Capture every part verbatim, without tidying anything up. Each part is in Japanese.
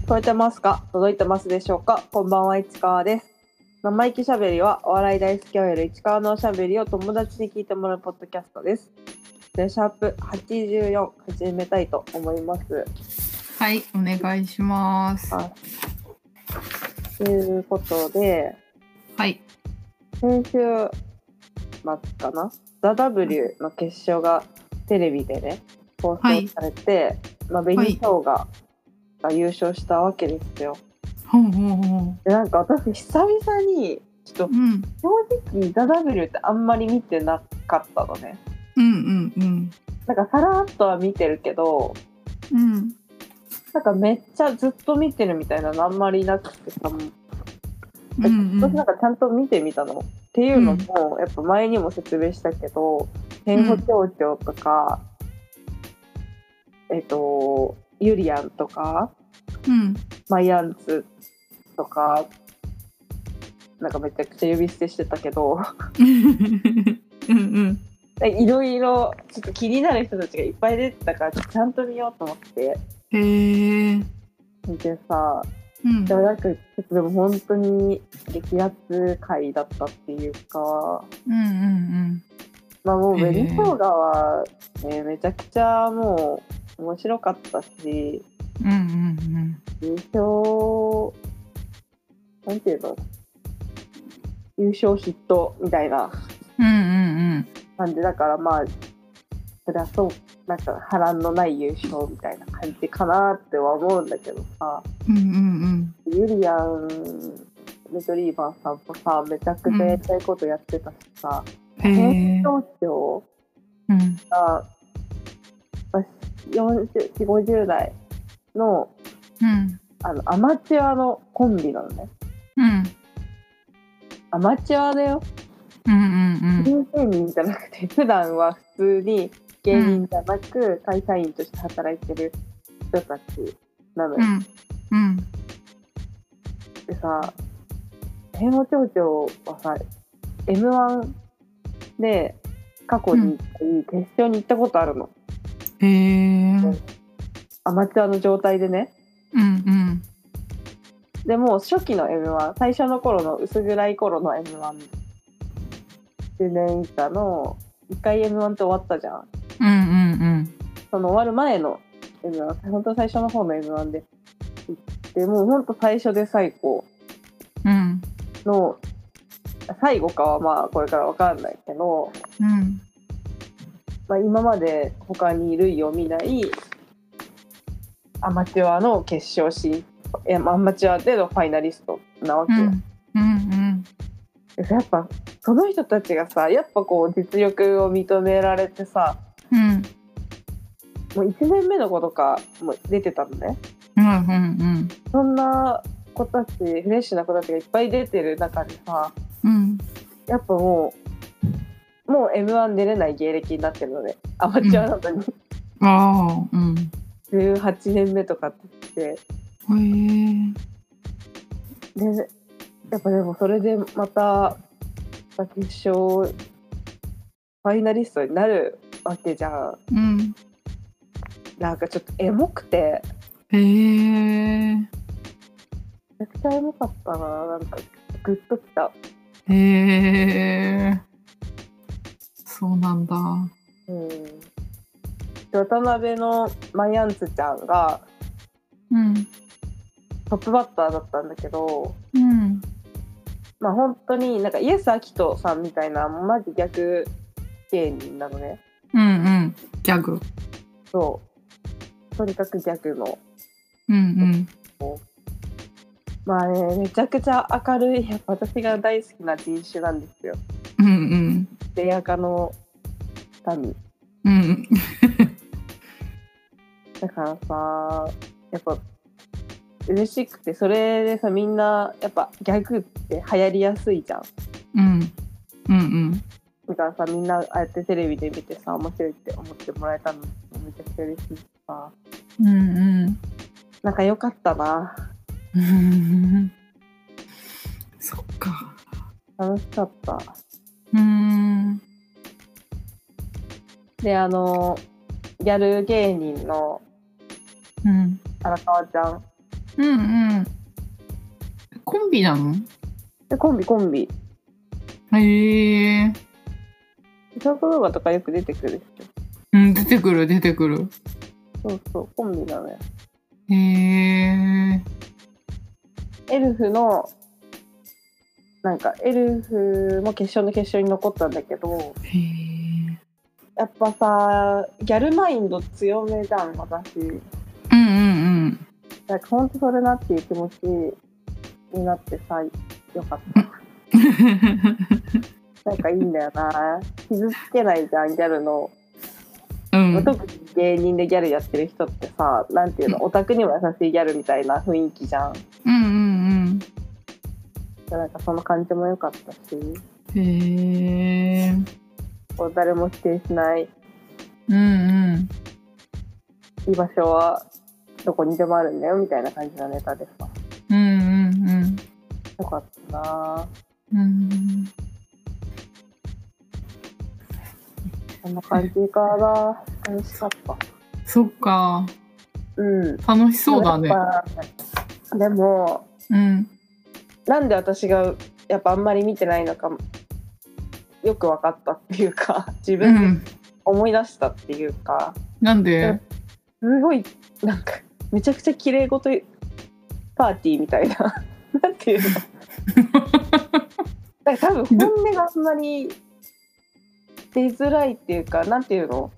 聞こえてますか？届いてますでしょうか？こんばんは、市川です。生意気しゃべりはお笑い大好き オーエル 市川のおしゃべりを友達に聞いてもらうポッドキャストです。でシャープはちじゅうよん始めたいと思います。 はい、お願いします。 あということで、 はい。 先週末かな、ザ・ W の決勝がテレビでね放送されて、はい、まあ、紅しょうがが優勝したわけですよ。 ほうほうほう。 でなんか私久々にちょっと、うん、正直ザ・ W ってあんまり見てなかったのね。 うんうんうん。 なんかさらっとは見てるけど、 うん、 なんかめっちゃずっと見てるみたいなのあんまりなくてさ、うんうん、私なんかちゃんと見てみたのっていうのも、うん、やっぱ前にも説明したけど、変歩町長とか、うん、えっとユリアンとか、 うん、 マイアンツとかなんかめちゃくちゃ呼び捨てしてたけどうんうんいろいろちょっと気になる人たちがいっぱい出てたからちゃんと見ようと思ってへー見てさ、うん、でもなんかちょっとでも本当に激アツ回だったっていうか、 うんうんうん、 まあもう紅しょうがは、ね、めちゃくちゃもう面白かったし、 うんうんうん、 優勝なんていうの優勝ヒットみたいな感じだから、うんうんうん、まあそりゃそうなんか波乱のない優勝みたいな感じかなっては思うんだけどさ、 うんうんうん、 ユリアンレトリーバーさんとさめちゃくちゃやりたいことやってたしさ、編集長が、うん、よんじゅう、ごじゅう代の、うん、あのアマチュアのコンビなのね、うん、アマチュアだよ、うんうんうん、芸人じゃなくて普段は普通に芸人じゃなく会社員として働いてる人たちなのよ、うんうん、でさ変歩町長はさ エムワン で過去に決勝に行ったことあるの、 へー、 アマチュアの状態でね、うんうん、でも初期の エムワン 最初の頃の薄暗い頃の エムワン じゅうねん以下のいっかい エムワン って終わったじゃん、うんうんうん、その終わる前の エムワン 本当最初の方の エムワン で行ってもう本当最初で最高の、うん、最後かはまあこれから分かんないけど、うんまあ、今まで他に類を見ないアマチュアの決勝進出、アマチュアでのファイナリストなわけよ、うんうんうん、やっぱその人たちがさやっぱこう実力を認められてさ、うん、もういちねんめの子とかも出てたのね、うんうんうん、そんな子たちフレッシュな子たちがいっぱい出てる中でさ、うん、やっぱもうもう エムワン 出れない芸歴になってるのでアマチュアなのに、うん、あー、うん、じゅうはちねんめとかって言って、へー、でやっぱでもそれでまた決勝ファイナリストになるわけじゃん、うん、なんかちょっとエモくて、へー、めちゃくちゃエモかったな、なんかグッときた、へー、そうなんだ、うん、渡辺のマイアンツちゃんが、うん、トップバッターだったんだけど、うん、まあ本当になんかイエス・アキトさんみたいなマジ逆芸人なのね、うんうん、ギャグ、そうとにかく逆の、うんうん、まあねめちゃくちゃ明るいやっぱ私が大好きな人種なんですよ、うんうん、レアカの民、うん、だからさやっぱ嬉しくて、それでさみんなやっぱギャグって流行りやすいじゃん、うんうんうん、だからさみんなああやってテレビで見てさ面白いって思ってもらえたのめちゃくちゃ嬉しいしさ、うんうん、なんか良かったなそっか楽しかった、うーんであのギャル芸人の荒川ちゃんうんうん。コンビなの？ でコンビコンビ。 へえ。 ショート動画とかよく出てくるでしょ。 うん、出てくる出てくる。 そうそう、コンビなのよ。 へえ。 エルフのなんかエルフも決勝の決勝に残ったんだけど、 へえ。 やっぱさギャルマインド強めじゃん私。 うんうんうん。 なんかほんとそれなっていう気持ちになってさよかった。なんかいいんだよな。傷つけないじゃんギャルの。うん、特に芸人でギャルやってる人ってさ、なんていうの、オタクにも優しいギャルみたいな雰囲気じゃん。 うんうんうん。 なんかその感じも良かったし。 へえ。 こう誰も否定しない。 うんうん。 居場所はどこにでもあるんだよみたいな感じのネタでさ。 うんうんうん。 よかったな。 うん。 こんな感じかな。楽しかった。 そっか。 うん。 楽しそうだね。 でも、 うん。 なんで私がやっぱあんまり見てないのかよく分かったっていうか、自分で思い出したっていうか。 うん、なんで？ すごいなんかめちゃくちゃ綺麗事パーティーみたいな。なんていうの。だから多分本音があんまり出づらいっていうか、なんていうの。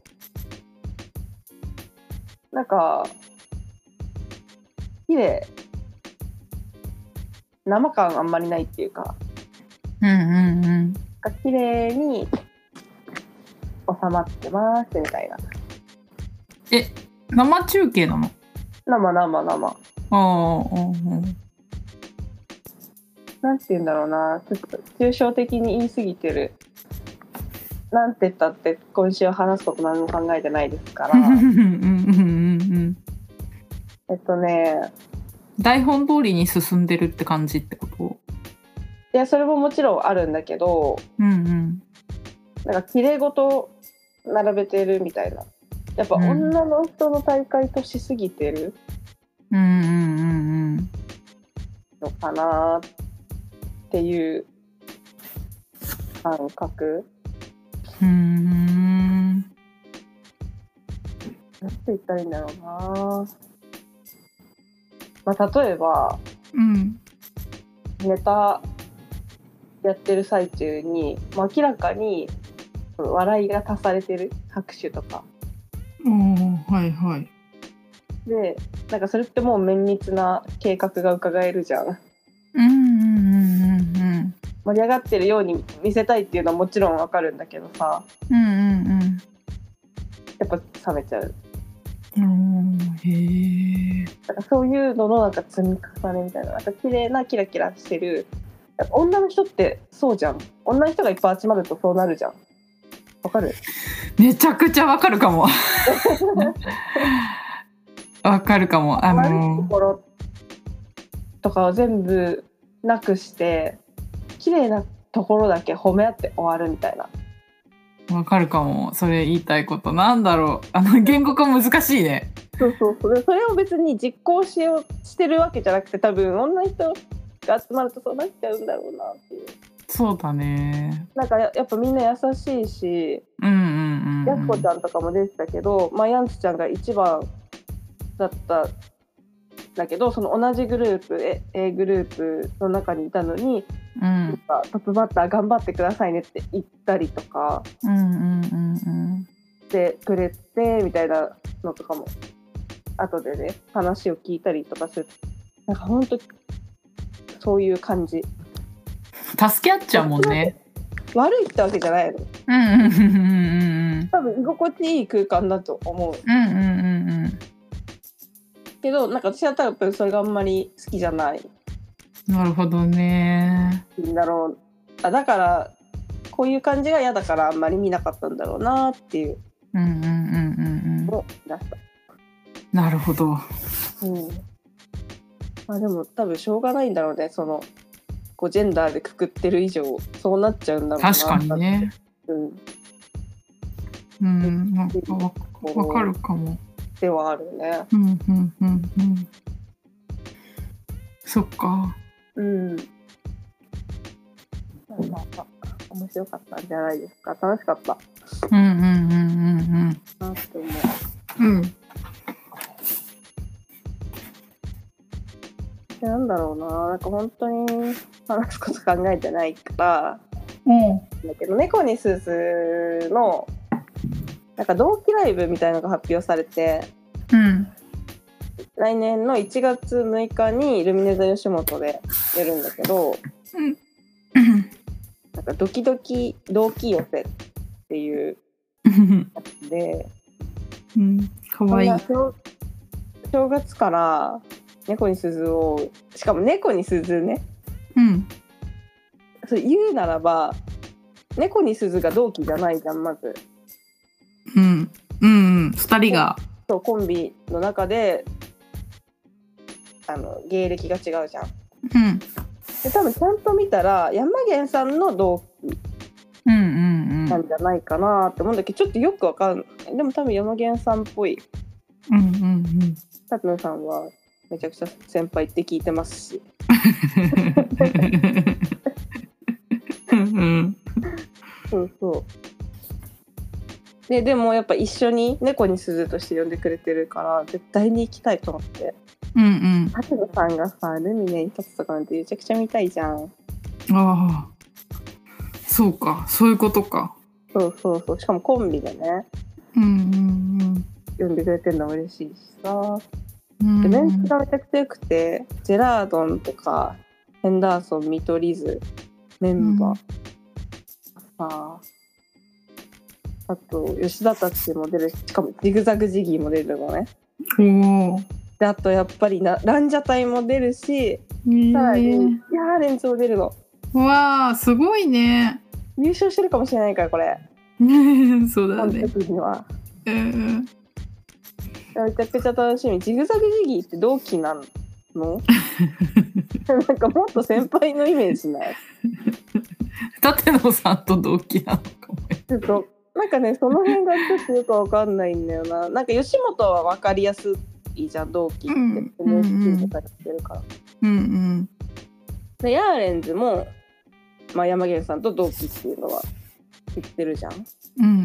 なんか綺麗。生感あんまりないっていうか、 うんうんうん、 綺麗に収まってますみたいな。 え、生中継なの？ 生生生。ああ、 なんて言うんだろうな、ちょっと抽象的に言い過ぎてる。なんて言ったって今週話すこと何も考えてないですから。えっとね。 台本通りに進んでるって感じってこと？ いや、それももちろんあるんだけど、 うんうん、 なんか綺麗事並べてるみたいな。やっぱ女の人の大会としすぎてるのかなっていう感覚。 うーん。 なんて言ったらいいんだろうな。まあ、例えば、 うん、 ネタやってる最中に、まあ、明らかに笑いが足されてる拍手とか。 おー、はいはい。 で、なんかそれってもう綿密な計画が伺えるじゃん。 うんうんうんうんうん。 盛り上がってるように見せたいっていうのはもちろんわかるんだけどさ。 うんうんうん。 やっぱ冷めちゃう。 うん、へえ。 だからそういうののなんか積み重ねみたいな、なんか綺麗なキラキラしてる。女の人ってそうじゃん。女の人がいっぱい集まるとそうなるじゃん。わかる？ めちゃくちゃわかるかも。わかるかも。あの悪いところとかを全部なくして綺麗なところだけ褒め合って終わるみたいな。 わかるかも。それ言いたいことなんだろう。あの言語化難しいね。 そうそうそう。それを別に実行しようしてるわけじゃなくて、多分女の人が集まるとそうなっちゃうんだろうなっていう。 そうだね。 なんか や, やっぱみんな優しいし、 うんうんうんうん、 やすこちゃんとかも出てたけど、まあ、ヤンツちゃんが一番だっただけど、その同じグループ A, A グループの中にいたのに、 うん、 トップバッター頑張ってくださいねって言ったりとかしてくれてみたいなのとかも後でね話を聞いたりとかする。なんか本当そういう感じ。 助け合っちゃうもんね。 悪いってわけじゃないの。 うんうんうんうん。 多分居心地いい空間だと思う。 うんうんうんうん。 けどなんか私は多分それがあんまり好きじゃない。 なるほどね。 いいんだろう。あ、だからこういう感じが嫌だからあんまり見なかったんだろうなっていう。 うんうんうんうんうん。 を出した。 なるほど。 うん。まあでも多分しょうがないんだろうね。そのこうジェンダーでくくってる以上そうなっちゃうんだろうな。 確かにね。 うん。 うん。なんかわ、わかるかも。 ではあるね。 うんうんうんうん。 そっか。 うん。なんか面白かったんじゃないですか。楽しかった。 うんうんうんうんうん。 なって思う。うん。 でなんだろうな、なんか本当に話すこと考えてないから。 うん。 だけど猫に鈴のなんか同期ライブみたいなのが発表されて、 うん。 来年のいちがつむいかにルミネ座吉本でやるんだけど、 うん。 なんかドキドキ同期寄せっていうやつで、 うん、かわいい。 正, 正月から猫に鈴を、しかも猫に鈴ね、 うん、 それ言うならば猫に鈴が同期じゃないじゃん、まず。 うんうんうん、ふたりがそうコンビの中であの芸歴が違うじゃん。 うん。 で多分ちゃんと見たら山源さんの同期なんじゃないかなって思うんだけど、ちょっとよくわかんない。でも多分山源さんっぽい。 うんうんうん。 舘野さんはめちゃくちゃ先輩って聞いてますし。うん、そうそう。ででもやっぱ一緒に猫に鈴として呼んでくれてるから絶対に行きたいと思って。 うんうん。 舘野さんがさルミネに立つとかなんてめちゃくちゃ見たいじゃん。 ああ、そうか、そういうことか。 そうそうそう。しかもコンビでね。 うんうんうん。 呼んでくれてるの嬉しいしさ。 うんうん、 でメンツがめちゃくちゃ良くて、ジェラードンとかヘンダーソン、見取り図メンバー、うん、さあと吉田たちも出るし、しかもジグザグジギーも出るのね。 おであとやっぱりなランジャタイも出るし、さらにヤーレンズも出るの。 わあ、すごいね。 優勝してるかもしれないからこれ。 そうだね。 この時には。 うん。 めちゃくちゃ楽しみ。ジグザグジギーって同期なの？なんかもっと先輩のイメージない？ 舘野さんと同期なのかも。 ちょっとなんかね、その辺がちょっとよくわかんないんだよな。なんか吉本はわかりやすいじゃん、同期って。エヌエスティー とかやってるから。 うんうん。 でヤーレンズも、まあ、山源さんと同期っていうのは知ってるじゃん。 うんうんうん。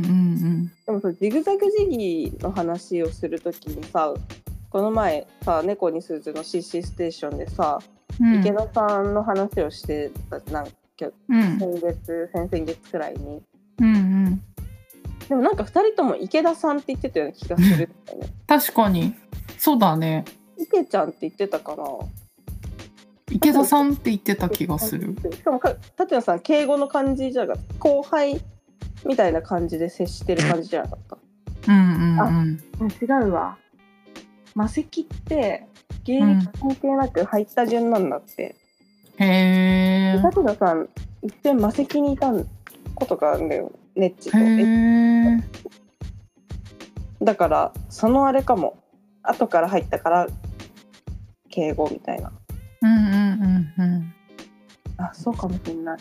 でもジグザグジギーの話をするときにさ、この前さ猫に鈴の シーシー ステーションでさ、うん、池田さんの話をしてたなんか、うん、先月先々月くらいに、 うんうん、 でもなんかふたりとも池田さんって言ってたような気がするんだよね。 確かにそうだね。 池ちゃんって言ってたかな。 池田さんって言ってた気がする。 しかも舘野さん敬語の感じじゃなかった、後輩みたいな感じで接してる感じじゃなかった。 うんうんうん。 あ、違うわ。マセキって芸歴関係なく入った順なんだって。うん、へー。舘野さん一遍マセキにいたことがあるんだよ、ネッチと。へー。だからそのあれかも、後から入ったから敬語みたいな。うんうんうんうん。あ、そうかもしれない。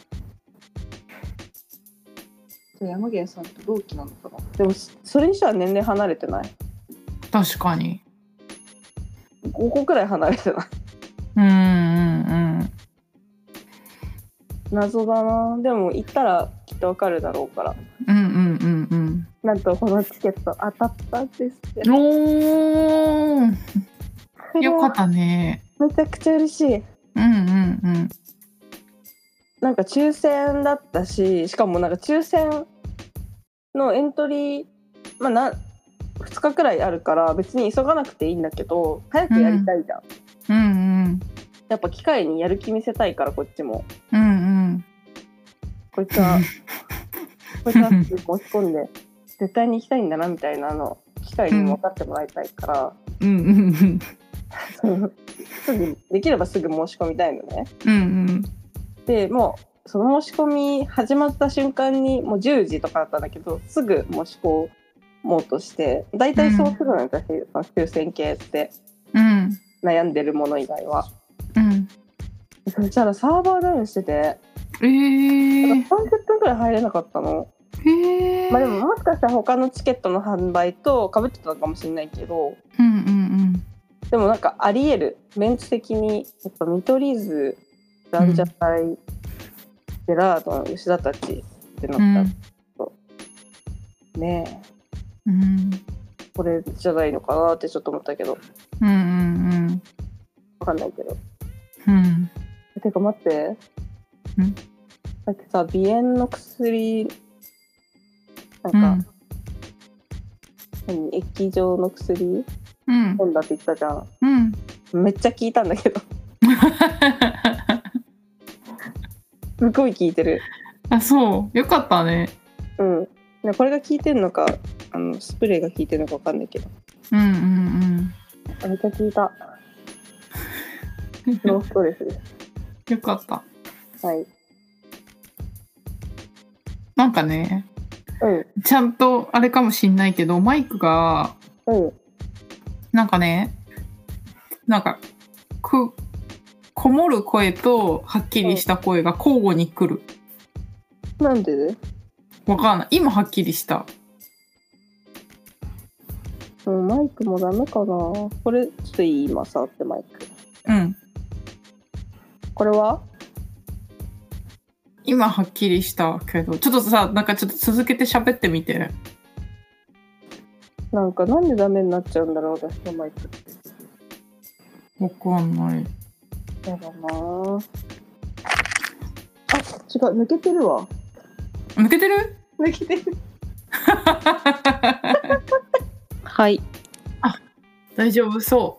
山源さんと同期なのかな。でもそれにしては年齢離れてない？ 確かにごこくらい離れてない？ うんうんうん。 謎だな。でも行ったらきっとわかるだろうから。 うんうんうんうん。 なんとこのチケット当たったんですって。 おー、よかったね。 めちゃくちゃ嬉しい。うんうんうん。なんか抽選だったし、しかもなんか抽選のエントリー、まあ、なふつかくらいあるから別に急がなくていいんだけど、早くやりたいじゃん。うんうんうん、やっぱ機会にやる気見せたいからこっちも。うんうん。こいつはこいつは申し込んで絶対に行きたいんだなみたいなの機会にも分かってもらいたいから。うんうんうん。すぐできればすぐ申し込みたいのね。うんうん。でもうその申し込み始まった瞬間にもうじゅうじとかだったんだけど、すぐ申し込もうとしてだいたいそうするのよ、私、うん、抽選系って、うん、悩んでるもの以外は。うん。そしたらサーバーダウンしてて、えー、さんじゅっぷんくらい入れなかったの。えー、まあでももしかしたら他のチケットの販売と被ってたかもしれないけど、うんうんうん、 でもなんかありえる、メンツ的にやっぱ見取り図、ランジャタイ、うん、ジェラードン、吉田たちってなったら、うん、ねえ、うん、これじゃないのかなってちょっと思ったけど、うんうんうん、分かんないけど、うん、てか待って、うん、さっきさ鼻炎の薬なんか、うん、何液状の薬、うん、飲んだって言ったじゃん、うん、めっちゃ効いたんだけどすごい効いてる。 あ、そうよかったね。 うん、これが効いてんのかあのスプレーが効いてるのか分かんないけど、 うんうんうん、 めっちゃ効いたノーストレスです。 よかった。 はい。 なんかね、 うん、 ちゃんとあれかもしんないけどマイクが、 うん、なんかねなんかくこもる声とはっきりした声が交互に来る、 うん、なんで？ わかんない。今はっきりした。 うん、マイクもダメかな。これちょっといい？今触ってマイク。 うん。 これは？ 今はっきりしたけど、ちょっとさ、なんかちょっと続けて喋ってみて。 なんかなんでダメになっちゃうんだろう、私のマイク。 わかんない。 やだなぁ。あ、違う、抜けてるわ。 抜けてる？ 抜けてる。はい。 あ、大丈夫そう。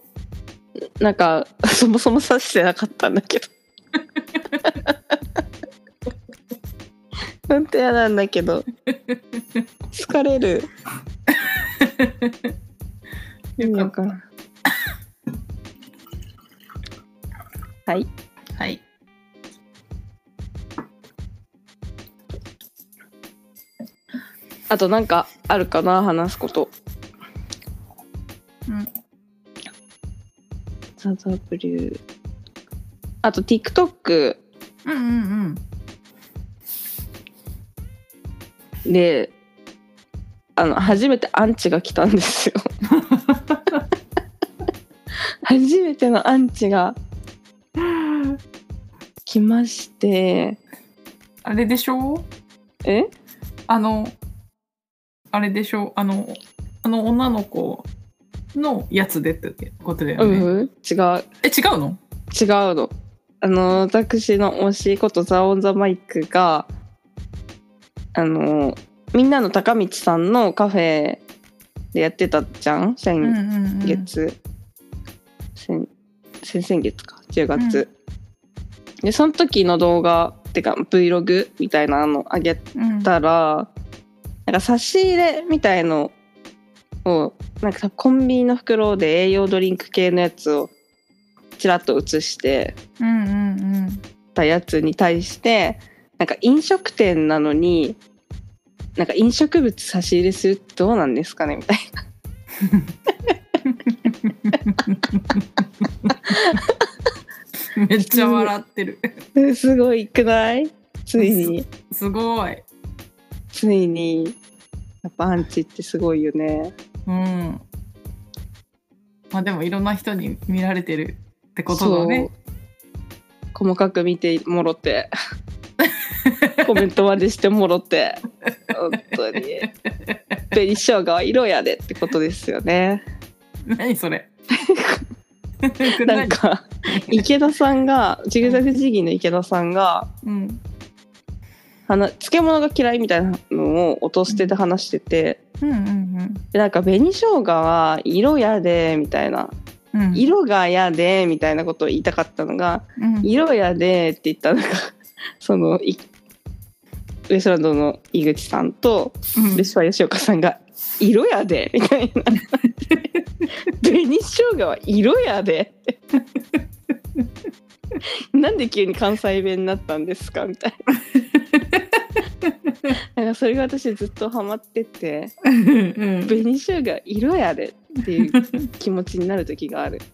なんかそもそも刺してなかったんだけど。本当嫌なんだけど。疲れる。 よかった。 はい。 はい。 あとなんかあるかな、話すこと。 うん。 ザザブリュー。あと TikTok。 うんうんうん。で、あの初めてアンチが来たんですよ。初めてのアンチが来まして。 あれでしょ？ え？ あのあれでしょ？あのあの女の子のやつでってことだよね。 うん、違う。 え、違うの？ 違うの。あの私の推しことザ・オン・ザ・マイクがあのみんなの高道さんのカフェでやってたじゃん、先月、うんうんうん、先, 先々月かじゅうがつ、うん、でその時の動画ってか Vlog みたいなのあげたら、うん、なんか差し入れみたいのをなんかコンビニの袋で栄養ドリンク系のやつをちらっと映してたやつに対して、なんか飲食店なのになんか飲食物差し入れするってどうなんですかねみたいな。めっちゃ笑ってる。 すごいくない？ついにす, すごいついにやっぱアンチってすごいよね。 うん。まあでもいろんな人に見られてるってことだね。 細かく見てもろてコメントまでしてもろて本当に紅しょうがは色やでってことですよね。 何それなんか池田さんがジグザグジギーの池田さんが、うん、漬物が嫌いみたいなのを音捨てで話してて、うんうんうん、でなんか紅しょうがは色やでみたいな、うん、色がやでみたいなことを言いたかったのが、うん、色やでって言ったのがそのウエストランドの井口さんと、うん、レシファ吉岡さんが色やでみたいな紅しょうがは色やでなんで急に関西弁になったんですかみたいな。なんかそれが私ずっとハマってて紅しょうが色やでっていう気持ちになる時がある。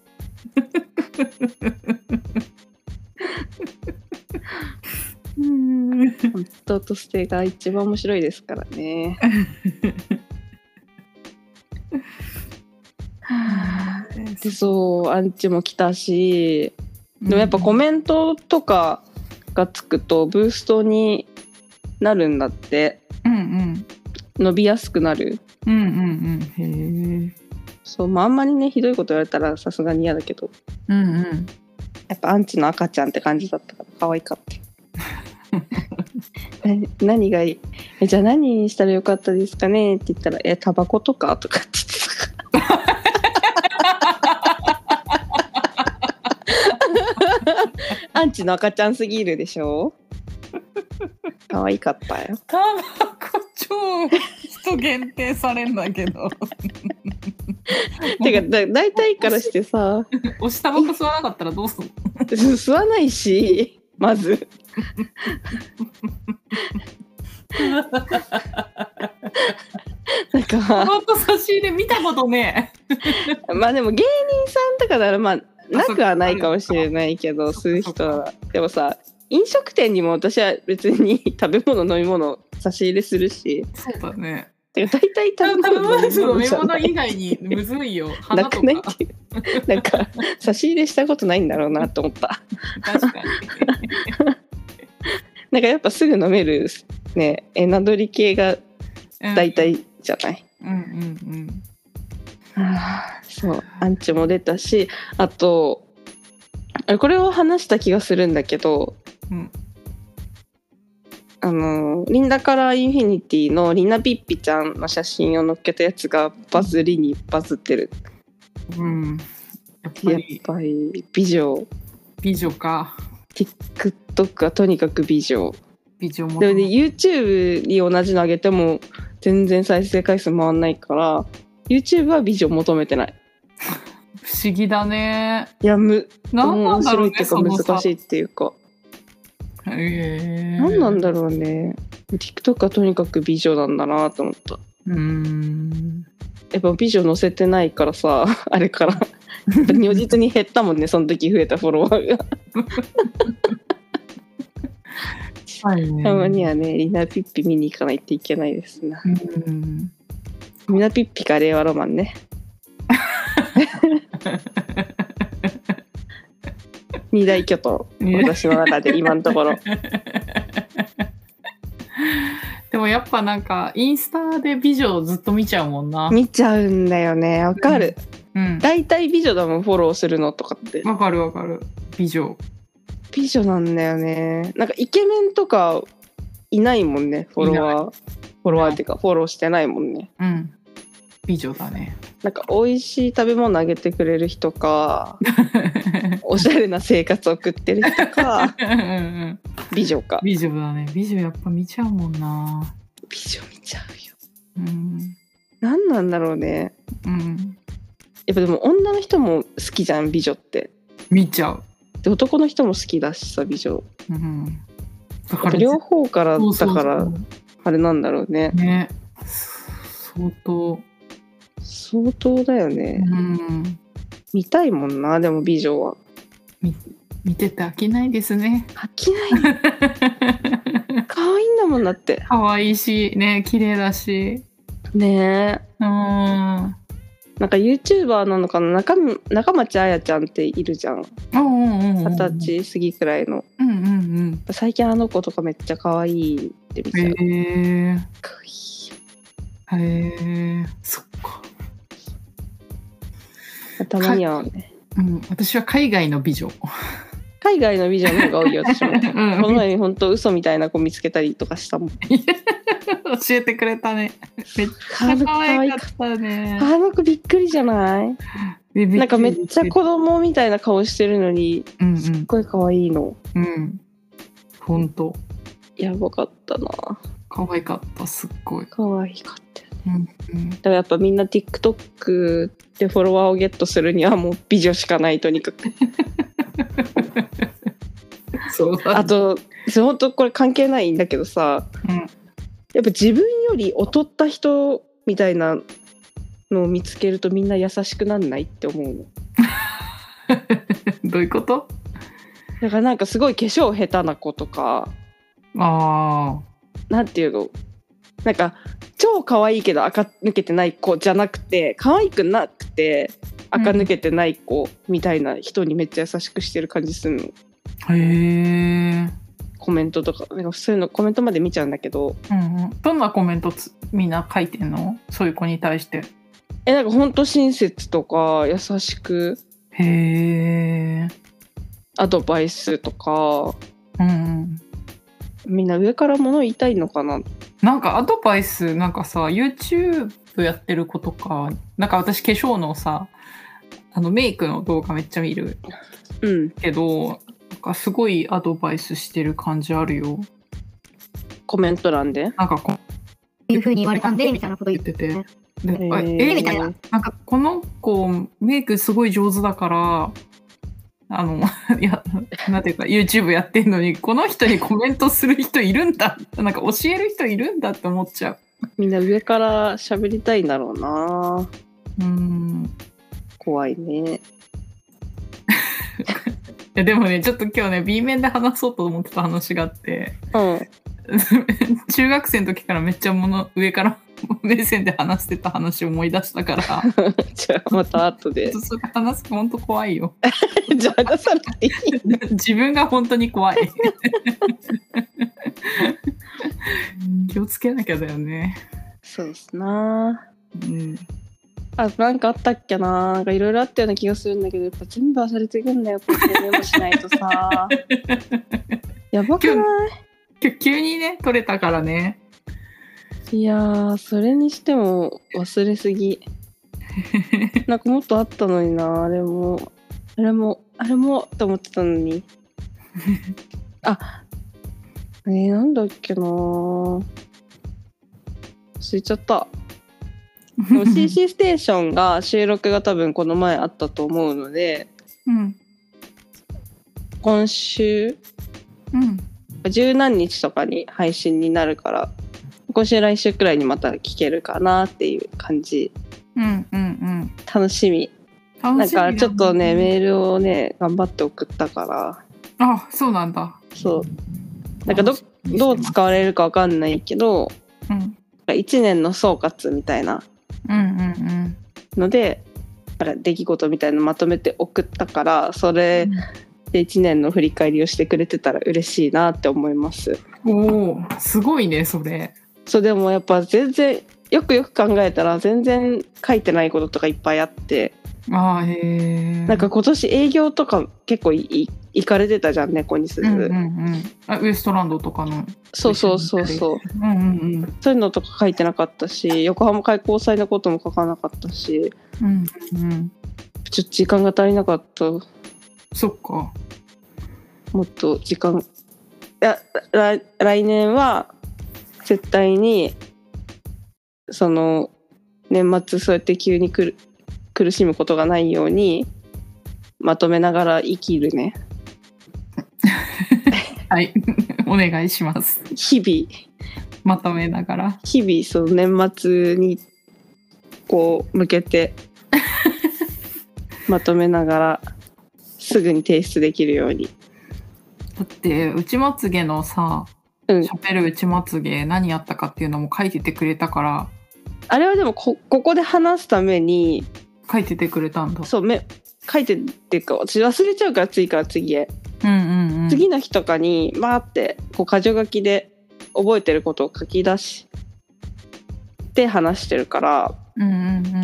本当としてが一番面白いですからね。はあでそうアンチも来たし、でもやっぱコメントとかがつくとブーストになるんだって、 うんうん、 伸びやすくなる。 うんうんうん、へえ。 そう、まあ、あんまりねひどいこと言われたらさすがに嫌だけど、 うんうん、 やっぱアンチの赤ちゃんって感じだったから可愛かった何がいいえじゃあ何にしたらよかったですかねって言ったらえタバコとかとかって言ってたアンチの赤ちゃんすぎるでしょ。可愛かったよ。 タバコ超人限定されんだけどてかだ大体からしてさ推しタバコ吸わなかったらどうすんの吸わないしまずなんかタバコ差し入れ見たことねまあでも芸人さんとかならまあなくはないかもしれないけど吸う人はでもさ飲食店にも私は別に食べ物飲み物差し入れするし。 そうだね。 てか大体食べ物飲み物以外にむずいよ。花とかなくないなんか差し入れしたことないんだろうなと思った。 確かになんかやっぱすぐ飲めるねエナドリ系が大体じゃない。 うんうんうんそうアンチも出たし、あとこれを話した気がするんだけど、うん、あのリンダカラーインフィニティのリナピッピちゃんの写真を載っけたやつがバズりにバズってる。うん、やっぱり、やっぱり美女美女か。 TikTok はとにかく美女美女もでもね YouTube に同じの上げても全然再生回数回んないから YouTube は美女求めてない。 不思議だね。 いやむ何なんだろうね。 面白いっていうか難しいっていうか、 へー、 何なんだろうね。 TikTok はとにかく美女なんだなと思った。 うーんやっぱ美女載せてないからさあれから如実に減ったもんねその時増えたフォロワーがはいね、たまにはねリナピッピ見に行かないといけないですな。うんリナピッピか令和ロマンね二大巨頭私の中で今のところでもやっぱなんかインスタで美女をずっと見ちゃうもんな。 見ちゃうんだよね。わかる、うん、だいたい美女だもんフォローするのとかって。 わかるわかる。美女美女なんだよね。なんかイケメンとかいないもんねフォロワーフォロワーっていうかフォローしてないもんね。 うん美女だね。 なんか美味しい食べ物あげてくれる人かおしゃれな生活を送ってる人かうん、うん、美女か。 美女だね。美女やっぱ見ちゃうもんな。 美女見ちゃうよ、うん、何なんだろうね、うん、やっぱでも女の人も好きじゃん美女って。 見ちゃう。 で男の人も好きだしさ美女、うん、だから両方からだからあれなんだろうね。 ね相当相当だよね、うん、見たいもんな。でも美女は見, 見てて飽きないですね。 飽きない可愛いんだもんだって。 可愛いしね綺麗だしねえ。うんなんか YouTuber なのかな 中, 中町あやちゃんっているじゃん。二十歳過ぎくらいの、うんうんうん、最近あの子とかめっちゃ可愛いって見ちゃう。へえ可愛い。 へえそっか。 たまにはね、 うん、私は海外の美女海外の美女の方が多いよ私も、うん、この前本当嘘みたいな子見つけたりとかしたもん教えてくれたね。めっちゃ可愛かったね。 あの子びっくりじゃない？なんかめっちゃ子供みたいな顔してるのに、うんうん、すっごい可愛いの。 うん。本当。 やばかったな。 可愛かったすっごい。 可愛かった。うんうん、だからやっぱみんな TikTok でフォロワーをゲットするにはもう美女しかないとにかくそうだ、ね、 あと本当これ関係ないんだけどさ、うん、やっぱ自分より劣った人みたいなのを見つけるとみんな優しくなんないって思うのどういうこと？ だからなんかすごい化粧下手な子とかあなんていうのなんか超可愛いけど垢抜けてない子じゃなくて可愛くなくて垢抜けてない子みたいな人にめっちゃ優しくしてる感じするの。 へえ。 コメントとかなんかそういうのコメントまで見ちゃうんだけど、 うんうん、どんなコメントつみんな書いてんの？そういう子に対して。 えなんかほんと親切とか優しく、 へえ。 アドバイスとか、 うんうん、 みんな上から物言いたいのかな。 なんかアドバイスなんかさ YouTube やってる子とかなんか私化粧のさあのメイクの動画めっちゃ見る、うん、けどなんかすごいアドバイスしてる感じあるよ。コメント欄でなんかこういう風に言われたんでみたいなこと言ってて、 でえみたいな、なんかこの子メイクすごい上手だからあのいやなんていうか YouTube やってんのにこの人にコメントする人いるんだなんか教える人いるんだって思っちゃう。 みんな上から喋りたいんだろうな。 うーん怖いね。いやでもねちょっと今日ね B 面で話そうと思ってた話があって、うん、中学生の時からめっちゃもの上から目線で話してた話を思い出したからじゃあまた後でそれ話すと本当怖いよじゃあ話さなくていい自分が本当に怖い気をつけなきゃだよね。 そうですな、 うん、 あなんかあったっけな。なんかいろいろあったような気がするんだけどやっぱ全部忘れていくんだよこうやってメモしないとさやばくない？ 急にね取れたからね。 いやーそれにしても忘れすぎなんかもっとあったのにな。あれもあれもあれもって思ってたのにあえー、なんだっけな忘れちゃった。でも シーシー ステーションが収録が多分この前あったと思うので、うん、今週、うん、十何日とかに配信になるから今週来週くらいにまた聞けるかなっていう感じ、うんうんうん、楽しみ。なんかちょっとねメールをね頑張って送ったから。 あそうなんだ。 そうなんか ど, どう使われるか分かんないけど、うん、いちねんの総括みたいなので、うんうんうん、出来事みたいなのまとめて送ったからそれでいちねんの振り返りをしてくれてたら嬉しいなって思います。 おーすごいねそれ。 そうでもやっぱ全然よくよく考えたら全然書いてないこととかいっぱいあって、 あへーなんか今年営業とか結構いい行かれてたじゃん猫にすず、うんうんうん、 あウエストランドとかのそうそうそうそう、うんうんうん、そういうのとか書いてなかったし横浜開港祭のことも書かなかったし、うんうん、ちょっと時間が足りなかった。 そっかもっと時間いや来、来年は絶対にその年末そうやって急にくる苦しむことがないようにまとめながら生きるねはいお願いします。 日々 まとめながら日々その年末にこう向けてまとめながらすぐに提出できるように。 だって内まつげのさしゃべる内まつげ何やったかっていうのも書いててくれたから。 あれはでも こ, ここで話すために書いててくれたんだ。 そうめ書いてっていうか私忘れちゃうから次から次へ、うんうんうん、次の日とかにバーってこう箇条書きで覚えてることを書き出して話してるから、うんうんうん、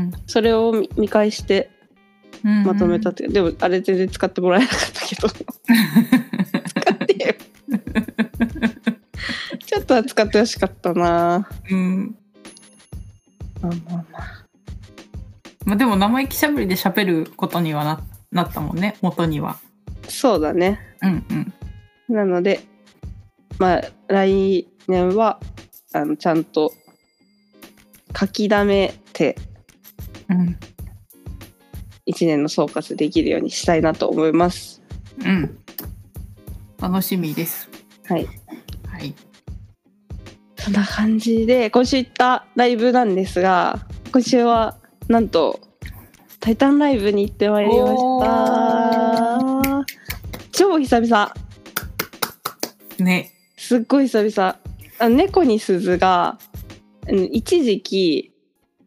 それを 見, 見返してまとめたって、うんうん、でもあれ全然使ってもらえなかったけど使ってよちょっとは使ってほしかったな。うんまあまあまあまあ、でも生意気しゃべりでしゃべることには な, なったもんね元には。 そうだね、うんうん、なのでまあ来年はあのちゃんと書き溜めて、うん、いちねんの総括できるようにしたいなと思います。 うん楽しみです。 はいはいそんな感じで今週行ったライブなんですが今週はなんとタイタンライブに行ってまいりました。超久々 ね。 すっごい久々。あ猫に鈴が一時期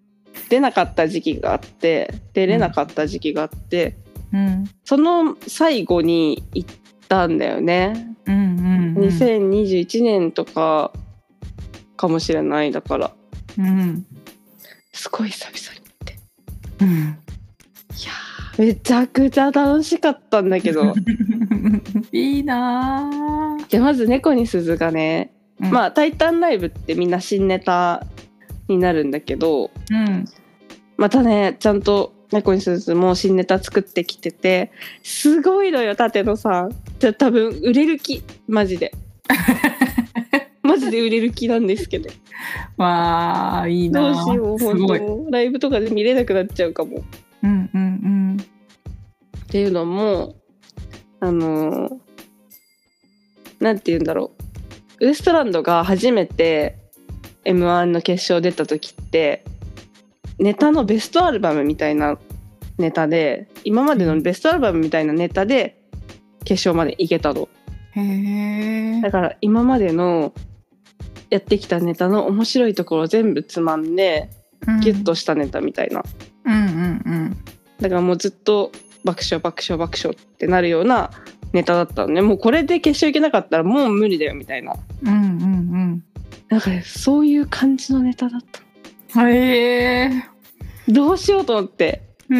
出なかった時期があって出れなかった時期があって、 うん、 その最後に行ったんだよね、 うんうんうん、 にせんにじゅういちねんとかかもしれない。だから、 うん、 すごい久々に行って、 うん、 いやめちゃくちゃ楽しかったんだけどいいな。 じゃあまず猫に鈴がね、うん、まあタイタンライブってみんな新ネタになるんだけど、 うん、 またねちゃんと猫に鈴も新ネタ作ってきててすごいのよ。舘野さんじゃ多分売れる気マジでマジで売れる気なんですけどわーいいな。 どうしよう本当ライブとかで見れなくなっちゃうかも。 うんうんうん。 っていうのもあのなんて言うんだろう、ウエストランドが初めて エムワン の決勝出た時ってネタのベストアルバムみたいなネタで今までのベストアルバムみたいなネタで決勝まで行けたの。 へー。だから今までのやってきたネタの面白いところを全部つまんで、うん、ギュッとしたネタみたいな、 うんうんうん、 だからもうずっと爆笑爆笑爆笑ってなるようなネタだったのね。もうこれで決勝行けなかったらもう無理だよみたいな、 うんうんうん、 なんか、ね、そういう感じのネタだった。 へえ。 どうしようと思って、うん、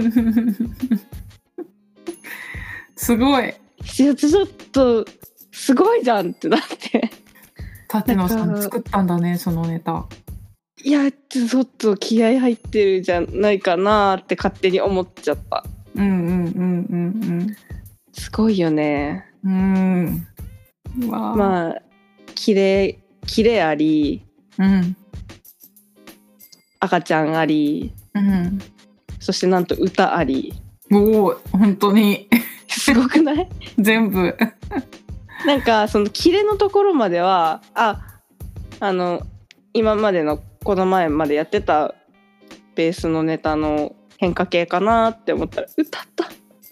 すごい。 ちょっとすごいじゃんってなって舘野さん作ったんだねそのネタ。 いやちょっと気合入ってるじゃないかなって勝手に思っちゃった。 うんうんうんうんうん。 すごいよね。 うん。わまあキレキレあり、 うん、 赤ちゃんあり、 うん、 そしてなんと歌あり。 おお本当にすごくない全部なんかそのキレのところまではああの今までのこの前までやってたベースのネタの変化系かなって思ったら歌った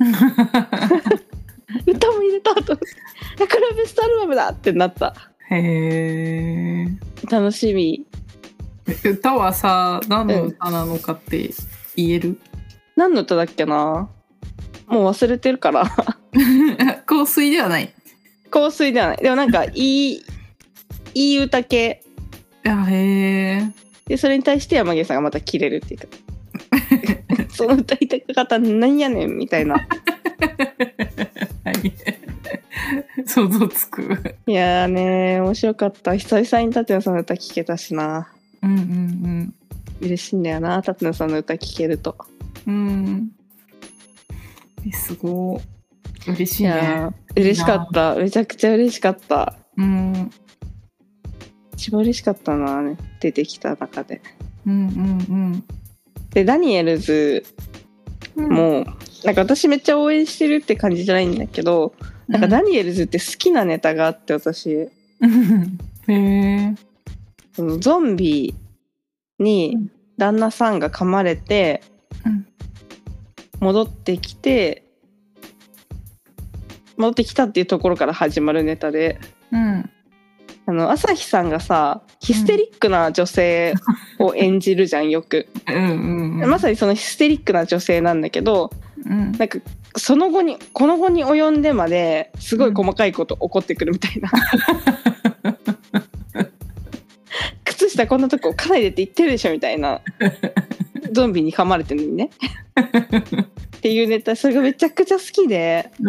歌も入れたとだからベストアルバムだってなった。 へー楽しみ。 歌はさ何の歌なのかって言える、うん、 何の歌だっけな、もう忘れてるから香水ではない。 香水ではない。でもなんかいいいい歌系。 あへー。 でそれに対して山毛さんがまたキレるっていうかその歌いた方なんやねんみたいな想像つく。 いやーね面白かった。久々に舘野さんの歌聴けたしな。 うんうんうん嬉しいんだよな舘野さんの歌聴けると。 うんすごい嬉しいね。 い嬉しかった。めちゃくちゃ嬉しかった。 うん一番嬉しかったな、ね、出てきた中で。 うんうんうんでダニエルズも、うん、なんか私めっちゃ応援してるって感じじゃないんだけど、うん、なんかダニエルズって好きなネタがあって私へえゾンビに旦那さんが噛まれて、うん、戻ってきて戻ってきたっていうところから始まるネタで、 うん、 あの朝日さんがさヒステリックな女性を演じるじゃんよくうんうん、 うん、まさにそのヒステリックな女性なんだけど、うん、なんかその後にこの後に及んでまですごい細かいこと起こってくるみたいな、うん、靴下こんなとこかないでって言ってるでしょみたいなゾンビに噛まれてるのにねっていうネタそれがめちゃくちゃ好きで、 うんうん、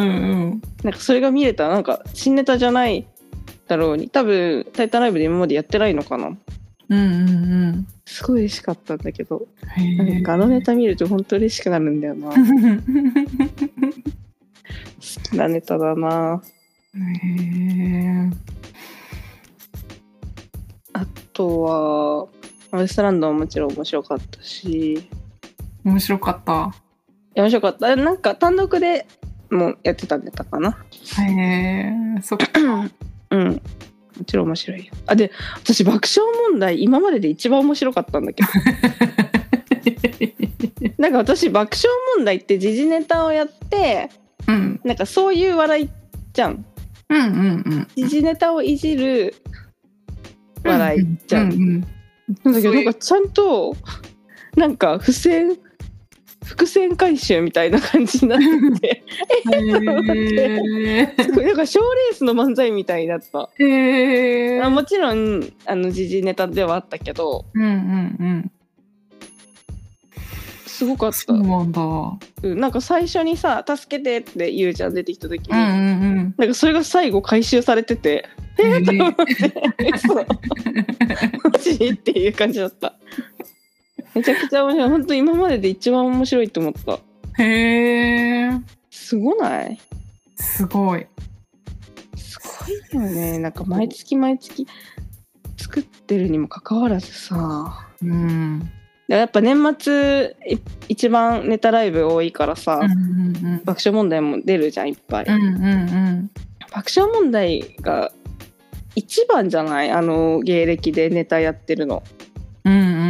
なんかそれが見れたらなんか新ネタじゃないだろうに多分タイタンライブで今までやってないのかな。 うんうんうん、 すごい嬉しかったんだけどなんかあのネタ見ると本当嬉しくなるんだよな好きなネタだな。 へあとはウエストランドももちろん面白かったし。 面白かった。 面白かった。なんか単独でもやってたネタかな。 へえそっかうん、もちろん面白いよ。あで私爆笑問題今までで一番面白かったんだけどなんか私爆笑問題って時事ネタをやって、うん、なんかそういう笑いじゃん。 うんうんうん、 時事ネタをいじる笑いじゃん、うんうんうん、なんだけどなんかちゃんとなんか付箋伏線回収みたいな感じになっててえー、なんか賞レースの漫才みたいになった。 へあもちろんあの時事ネタではあったけど、 うんうんうん、 すごかった。 そうなんだ。 うん、なんか最初にさ助けてってゆうちゃん出てきた時に、 うんうんうん、 なんかそれが最後回収されててえーって思ってマジっていう感じだった。めちゃくちゃ面白い。本当今までで一番面白いと思った。 へー、 すごない？ すごいすごいよね。なんか毎月毎月作ってるにもかかわらずさ、 うん、 やっぱ年末一番ネタライブ多いからさ、うんうんうん、爆笑問題も出るじゃんいっぱい、うんうんうん、爆笑問題が一番じゃない？あの芸歴でネタやってるの。 うんうんうんうん、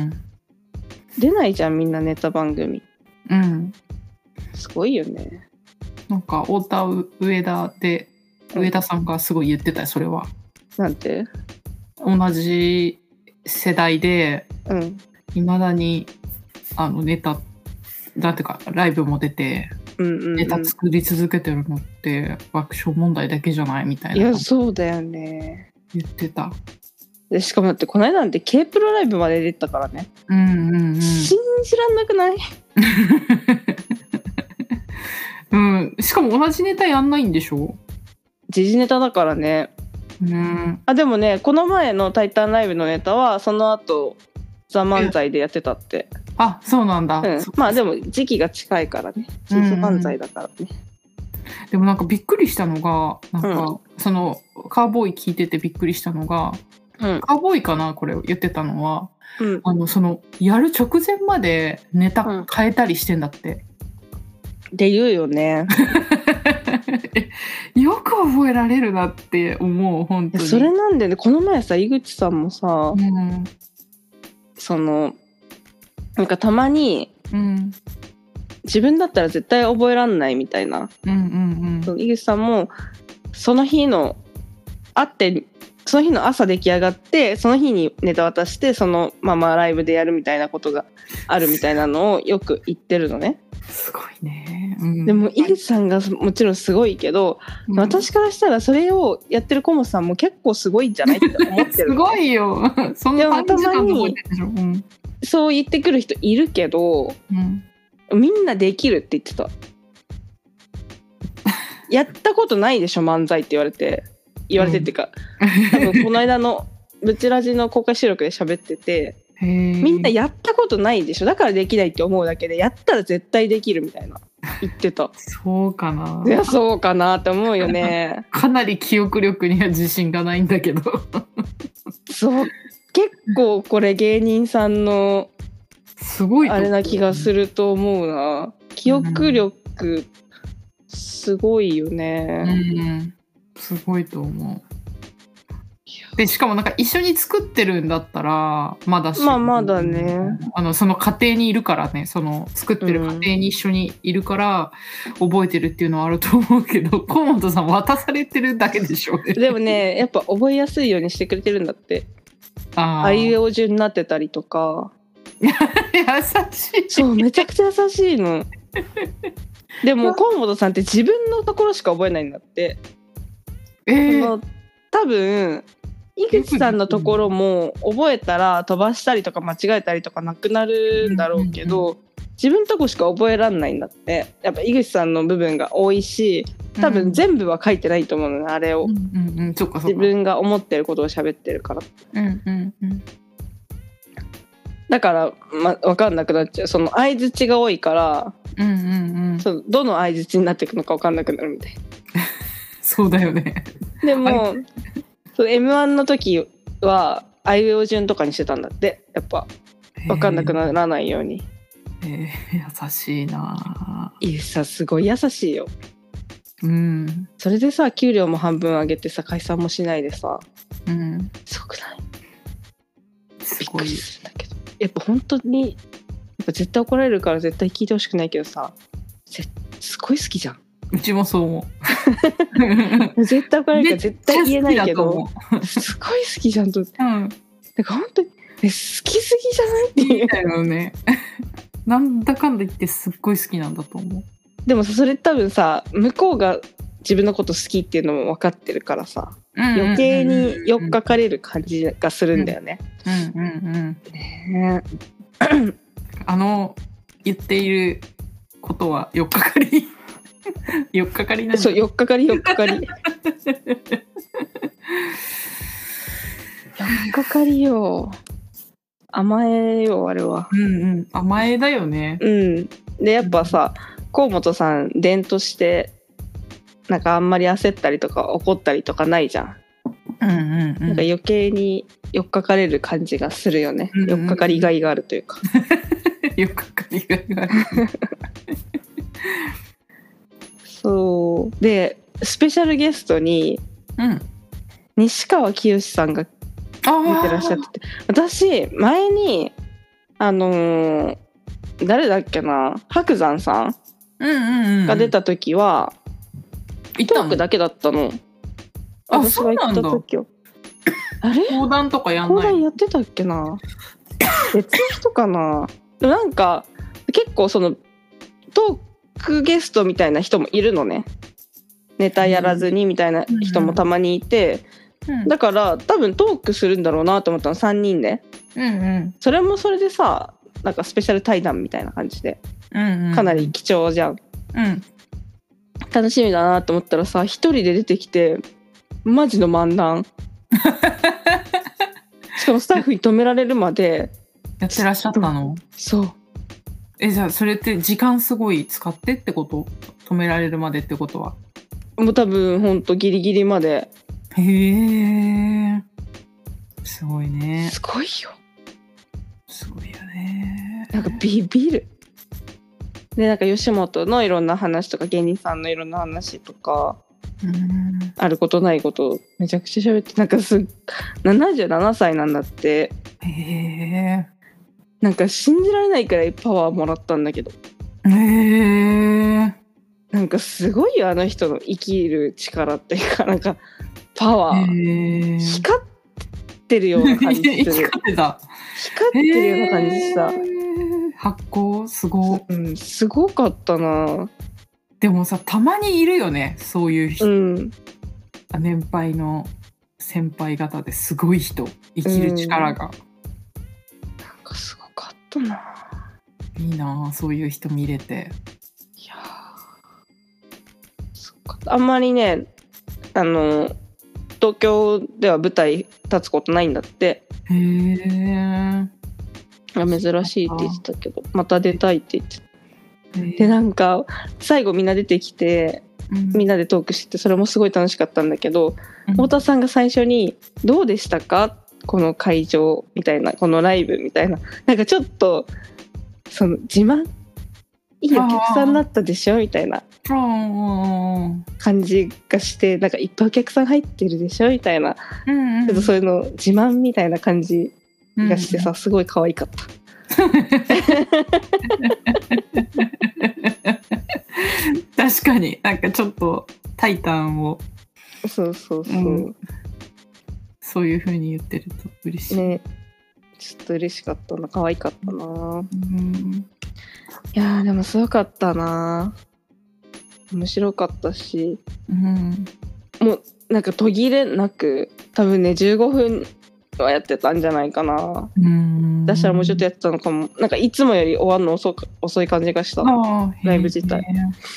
出ないじゃんみんなネタ番組。 うん、 すごいよね。 なんか太田上田で上田さんがすごい言ってたよそれは。 なんて？ 同じ世代でいま、うん、だにあのネタだってかライブも出て、うんうんうん、ネタ作り続けてるのって爆笑問題だけじじゃないみたいな。 いやそうだよね。 言ってた。 でしかもだってこの間なんて K プロライブまで出たからね。 うんうんうん。 信じらんなくない？ うん。しかも同じネタやんないんでしょ？ 時事ネタだからね。 うん。 あでもねこの前のタイタンライブのネタはその後ザ漫才でやってたって。 あそうなんだ。うん、 まあでも時期が近いからね。地域漫才だからね。うんうん、 でもなんかびっくりしたのがなんか、うん、そのカーボーイ聞いててびっくりしたのが、うん、カーボーイかなこれ言ってたのは、うん、あのそのやる直前までネタ変えたりしてんだって。 うん、で言うよね。 よく覚えられるなって思う本当に。 それなんでねこの前さ井口さんもさ、うん、そのなんかたまに、うん、自分だったら絶対覚えらんないみたいな、うんうんうん、井口さんもその日の会ってその日の朝出来上がってその日にネタ渡してそのままライブでやるみたいなことがあるみたいなのをよく言ってるのね。 すごいね、うん、 でも井口さんがもちろんすごいけど、うん、私からしたらそれをやってるコモさんも結構すごいんじゃないって思ってる、 ね、すごいよ。そんな感じ感で覚えてるでしょ、うん、 そう言ってくる人いるけど、うん、みんなできるって言ってた。やったことないでしょ漫才って言われて言われてっていうか、うん、多分この間のブチラジの公開収録で喋っててみんなやったことないでしょだからできないって思うだけでやったら絶対できるみたいな言ってた。 そうかな。 いやそうかなって思うよね。 かなり記憶力には自信がないんだけど。 そう結構これ芸人さんのすごいあれな気がすると思うな。記憶力すごいよね、 うん、すごいと思う。でしかもなんか一緒に作ってるんだったらまだしまあまだねあのその家庭にいるからねその作ってる家庭に一緒にいるから覚えてるっていうのはあると思うけど、うん、河本さん渡されてるだけでしょ。 でもねやっぱ覚えやすいようにしてくれてるんだって。ああいうえお順になってたりとか。 優しい。 そうめちゃくちゃ優しいの。でも河本さんって自分のところしか覚えないんだって。えー、その多分井口さんのところも覚えたら飛ばしたりとか間違えたりとかなくなるんだろうけど、うんうんうん、自分のとこしか覚えらんないんだって。やっぱ井口さんの部分が多いし多分全部は書いてないと思うのね、うん、あれを、うんうんうん、そっかそっか自分が思ってることを喋ってるから、うんうんうん、だから、ま、分かんなくなっちゃう。その相槌が多いから、うんうんうん、そうどの相槌になっていくのか分かんなくなるみたいな。 そうだよね。 でもそう エムワン の時はあいうえお順とかにしてたんだって。やっぱ分かんなくならないように。 えー、えー、優しいな。 いやさすごい優しいよ。 うん。 それでさ給料も半分上げてさ解散もしないでさ、うん、すごくない？ すごい。びっくりするんだけどやっぱ本当にやっぱ絶対怒られるから絶対聞いてほしくないけどさすごい好きじゃん。 うちもそう思う。絶対怒られるから絶対言えないけどすごい好きじゃんと、うん、だから本当にえ好きすぎじゃないっていうだよねなんだかんだ言ってすっごい好きなんだと思う。 でもそれ多分さ向こうが自分のこと好きっていうのも分かってるからさ、うんうんうんうん、余計に寄っかかれる感じがするんだよね。 うんうんうん、 ねあの言っていることは寄っかかり寄っかかりなんだ。 そう寄っかかり寄っかかり寄っかかりよ甘えよあれは。 うんうん甘えだよね。 うんでやっぱさ、うん、河本さん伝としてなんかあんまり焦ったりとか怒ったりとかないじゃん。 うんうんうん、 なんか余計に寄っかかれる感じがするよね、うんうんうん、寄っかかりがいがあるというか寄っかかりがいがあるそうでスペシャルゲストに、うん、西川きよしさんが出てらっしゃってて、私前にあのー、誰だっけな白山さん、 うんうんうん、 が出た時はトークだけだったの。 あ、私が行った時はあれ講談とかやんない？ 講談やってたっけな別の人かななんか結構そのトークゲストみたいな人もいるのね。ネタやらずにみたいな人もたまにいて、うんうん、だから多分トークするんだろうなと思ったのさんにんで、 うんうん、 それもそれでさなんかスペシャル対談みたいな感じで、 うんうん、 かなり貴重じゃん、 うん、 楽しみだなと思ったらさ一人で出てきてマジの漫談しかもスタッフに止められるまでやってらっしゃったの？ そうえじゃあそれって時間すごい使ってってこと？止められるまでってことはもう多分ほんとギリギリまで。 へえすごいね。 すごいよすごいよね。 なんかビビるでなんか吉本のいろんな話とか芸人さんのいろんな話とかうんあることないことめちゃくちゃ喋ってなんかすななじゅうななさいなんだって。 へえなんか信じられないくらいパワーもらったんだけど。 へえなんかすごいよあの人の生きる力っていうかなんかパワー光ってるような感じする光ってた光ってるような感じさ発光すご、 うん、すごかったな。 でもさたまにいるよねそういう人、うん、年配の先輩方ですごい人生きる力が、うん、なんかすごかったな。 いいなそういう人見れて。 いやそっかあんまりねあの東京では舞台立つことないんだって。 へえ珍しいって言ってたけどまた出たいって言ってた。でなんか最後みんな出てきて、うん、みんなでトークしてそれもすごい楽しかったんだけど、うん、太田さんが最初にどうでしたかこの会場みたいなこのライブみたいななんかちょっとその自慢いいお客さんだったでしょみたいな感じがしてなんかいっぱいお客さん入ってるでしょみたいな、うんうん、ちょっとそういうの自慢みたいな感じがしてさ、うん、すごい可愛かった確かになんかちょっとタイタンをそうそうそう、うん、 そういう風に言ってると嬉しいね。ちょっと嬉しかったな可愛かったな、うん、いやでもすごかったな面白かったし、うん、もうなんか途切れなく多分ねじゅうごふんはやってたんじゃないかな。うんだしたらもうちょっとやってたのかも。なんかいつもより終わるの 遅, 遅い感じがしたライブ自体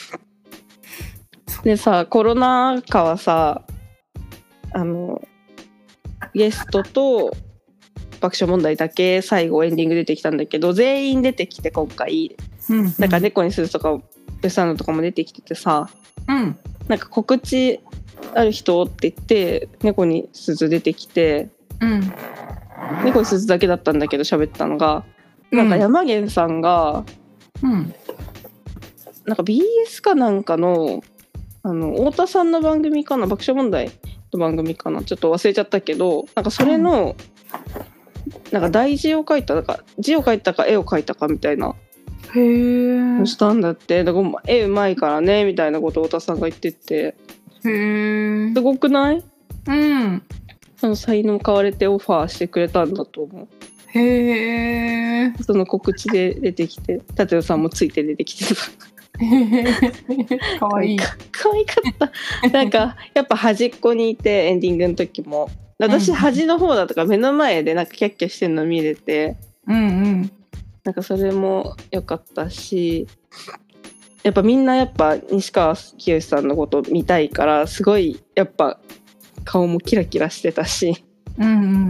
でさコロナ禍はさあのゲストと爆笑問題だけ最後エンディング出てきたんだけど全員出てきて今回、うんうん、なんか猫にするとかベサンドとかも出てきててさ、うん、なんか告知ある人って言って猫に鈴出てきて、うん、猫に鈴だけだったんだけど喋ったのが、うん、なんか山源さんが、うん、なんか ビーエス かなんかのあの太田さんの番組かな爆笑問題の番組かなちょっと忘れちゃったけどなんかそれの、うん、なんか題字を書いたなんか字を書いたか絵を描いたかみたいなへーしたんだってだから絵うまいからねみたいなことを太田さんが言っててへーすごくない？ うんその才能買われてオファーしてくれたんだと思う。 へへえ。 その告知で出てきて、舘野さんもついて出てきてた。 かわいい。 かわいかった。なんかやっぱ端っこにいて、エンディングの時も私端の方だとか目の前でなんかキャッキャしてるの見れて、 うんうん、 なんかそれも良かったし、やっぱみんなやっぱ西川きよしさんのこと見たいから、すごいやっぱ顔もキラキラしてたし、 うんうんうんうん、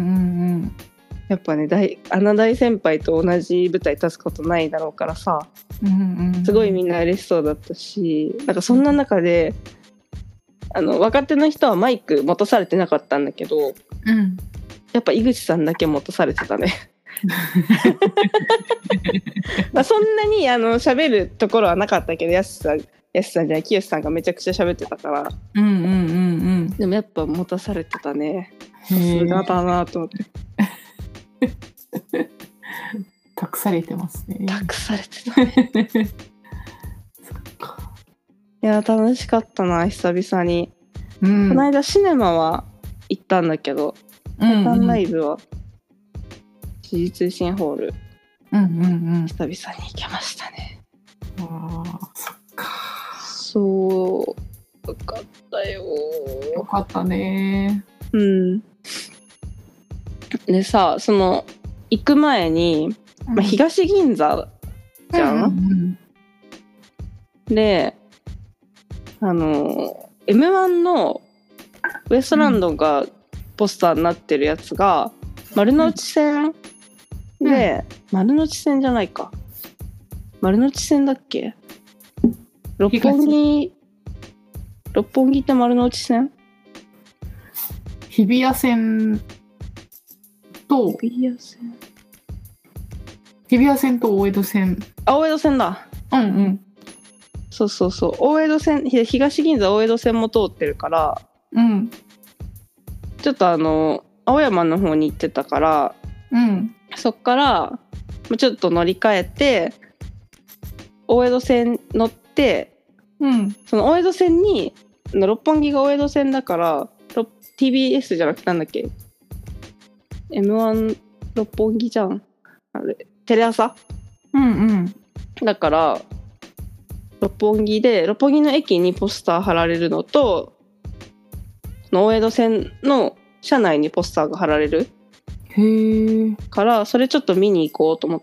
やっぱね、大あの大先輩と同じ舞台立つことないだろうからさ、 うんうんうん、 すごいみんな嬉しそうだったし、なんかそんな中であの若手の人はマイク持たされてなかったんだけど、 うん、 やっぱ井口さんだけ持たされてたね。まあそんなにあの喋るところはなかったけど、やすさんやすさんじゃないきよしさんがめちゃくちゃ喋ってたから、 うんうんうんうん、 でもやっぱ持たされてたね。さすがだなと思って。 託されてますね。 託されてたね。いや楽しかったな、久々に、うん、この間シネマは行ったんだけど、うんうん、タンライブは時事通信ホール、うんうんうん、久々に行けましたね。 ああ、そっか。 そう、よかったよ。 よかったね。 うん。でさ、その行く前に、まあ、東銀座じゃん、うんうんうん、であの エムワン のウエストランドがポスターになってるやつが丸の内線で、うん、丸の内線じゃないか、丸の内線だっけ、六本木六本木って丸の内線、 日比谷線と日比谷線日比谷線と大江戸線、 あ、大江戸線だ、 うんうん、 そうそうそう、大江戸線、東銀座大江戸線も通ってるから、 うん、 ちょっとあの青山の方に行ってたから、 うん、 そっからちょっと乗り換えて大江戸線乗って、 うん、 その大江戸線に六本木が大江戸線だから ティービーエス じゃなくてなんだっけ、 エムワン 六本木じゃん、あれテレ朝、 うんうん、 だから六本木で六本木の駅にポスター貼られるのと、大江戸線の車内にポスターが貼られるへからそれちょっと見に行こうと思って、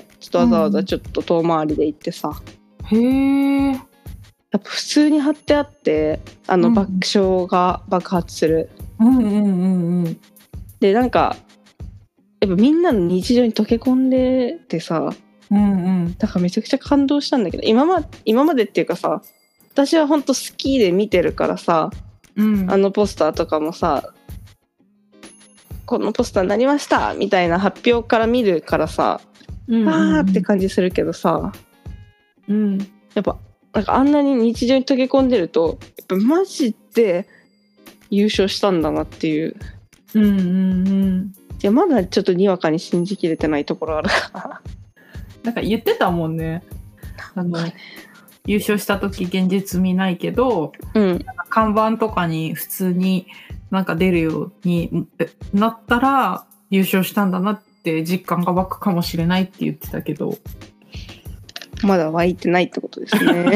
ちょっとわざわざちょっと遠回りで行ってさ、 うん、へえ、 やっぱ普通に貼ってあって、あの爆笑が爆発する、 うんうんうんうん、 でなんかやっぱみんなの日常に溶け込んでてさ、 うんうん、 だからめちゃくちゃ感動したんだけど、今ま今までっていうかさ、私は本当好きで見てるからさ、うん、あのポスターとかもさ、このポスターになりましたみたいな発表から見るからさ、うんうんうん、あーって感じするけどさ、うん、やっぱなんかあんなに日常に溶け込んでると、やっぱマジで優勝したんだなっていう、うんうんうん、いやまだちょっとにわかに信じきれてないところあるからなんか言ってたもんね、あの優勝した時現実見ないけど、うん、なんか看板とかに普通になんか出るようになったら優勝したんだなって実感が湧くかもしれないって言ってたけど、 まだ湧いてないってことですね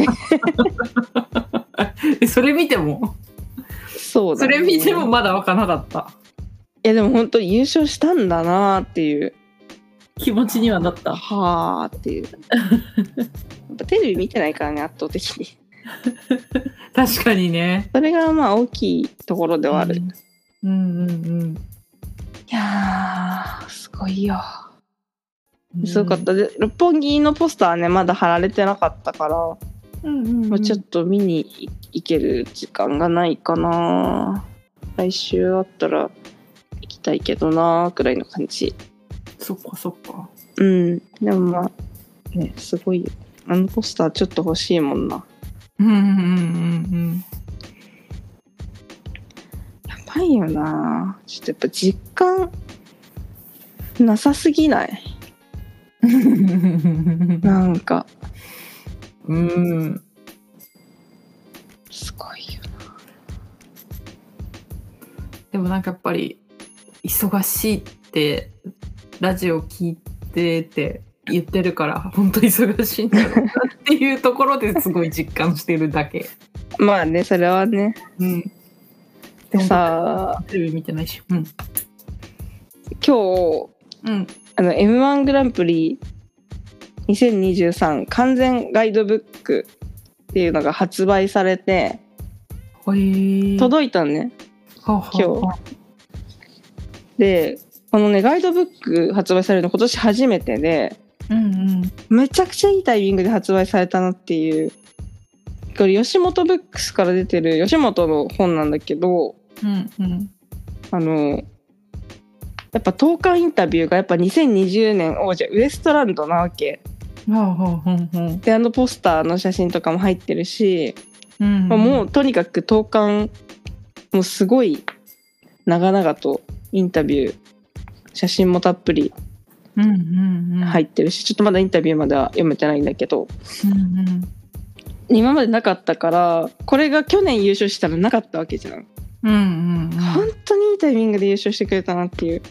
それ見てもそうだね、 それ見てもまだ湧かなかった。 いやでも本当に優勝したんだなっていう気持ちにはなった。 はーっていうテレビ見てないからね、圧倒的に確かにね、 それがまあ大きいところではある、 うん、うんうんうん、いやーすごいよ、すごかった。で六本木のポスターねまだ貼られてなかったから、うんうんうん、もうちょっと見に行ける時間がないかな、来週あったら行きたいけどなくらいの感じ。 そっかそっか、 うん、でもまあね、すごいよ、あのポスターちょっと欲しいもんな。 うんうんうんうん、 やばいよな、ちょっとやっぱ実感なさすぎないなんかうんすごいよな。 でもなんかやっぱり忙しいってラジオ聞いてって言ってるから本当に忙しいんだろうなっていうところですごい実感してるだけ。 まあね、それはね。 うん。 でさあ、 テレビ見てないし。うん。 今日、うん、あの エムワン グランプリにせんにじゅうさん完全ガイドブックっていうのが発売されて、届いたのね、今日。で、このねガイドブック発売されるの今年初めてで、うんうん、めちゃくちゃいいタイミングで発売されたなっていう。これ吉本ブックスから出てる吉本の本なんだけど、うんうん、あのやっぱ当館インタビューがやっぱにせんにじゅうねん王者ウエストランドなわけ。であのポスターの写真とかも入ってるし、うんうん、もうとにかく当館もうすごい長々とインタビュー写真もたっぷり入ってるし、ちょっとまだインタビューまでは読めてないんだけど、うんうん、今までなかったからこれが去年優勝したらなかったわけじゃん。うんうんうん、本当にいいタイミングで優勝してくれたなっていう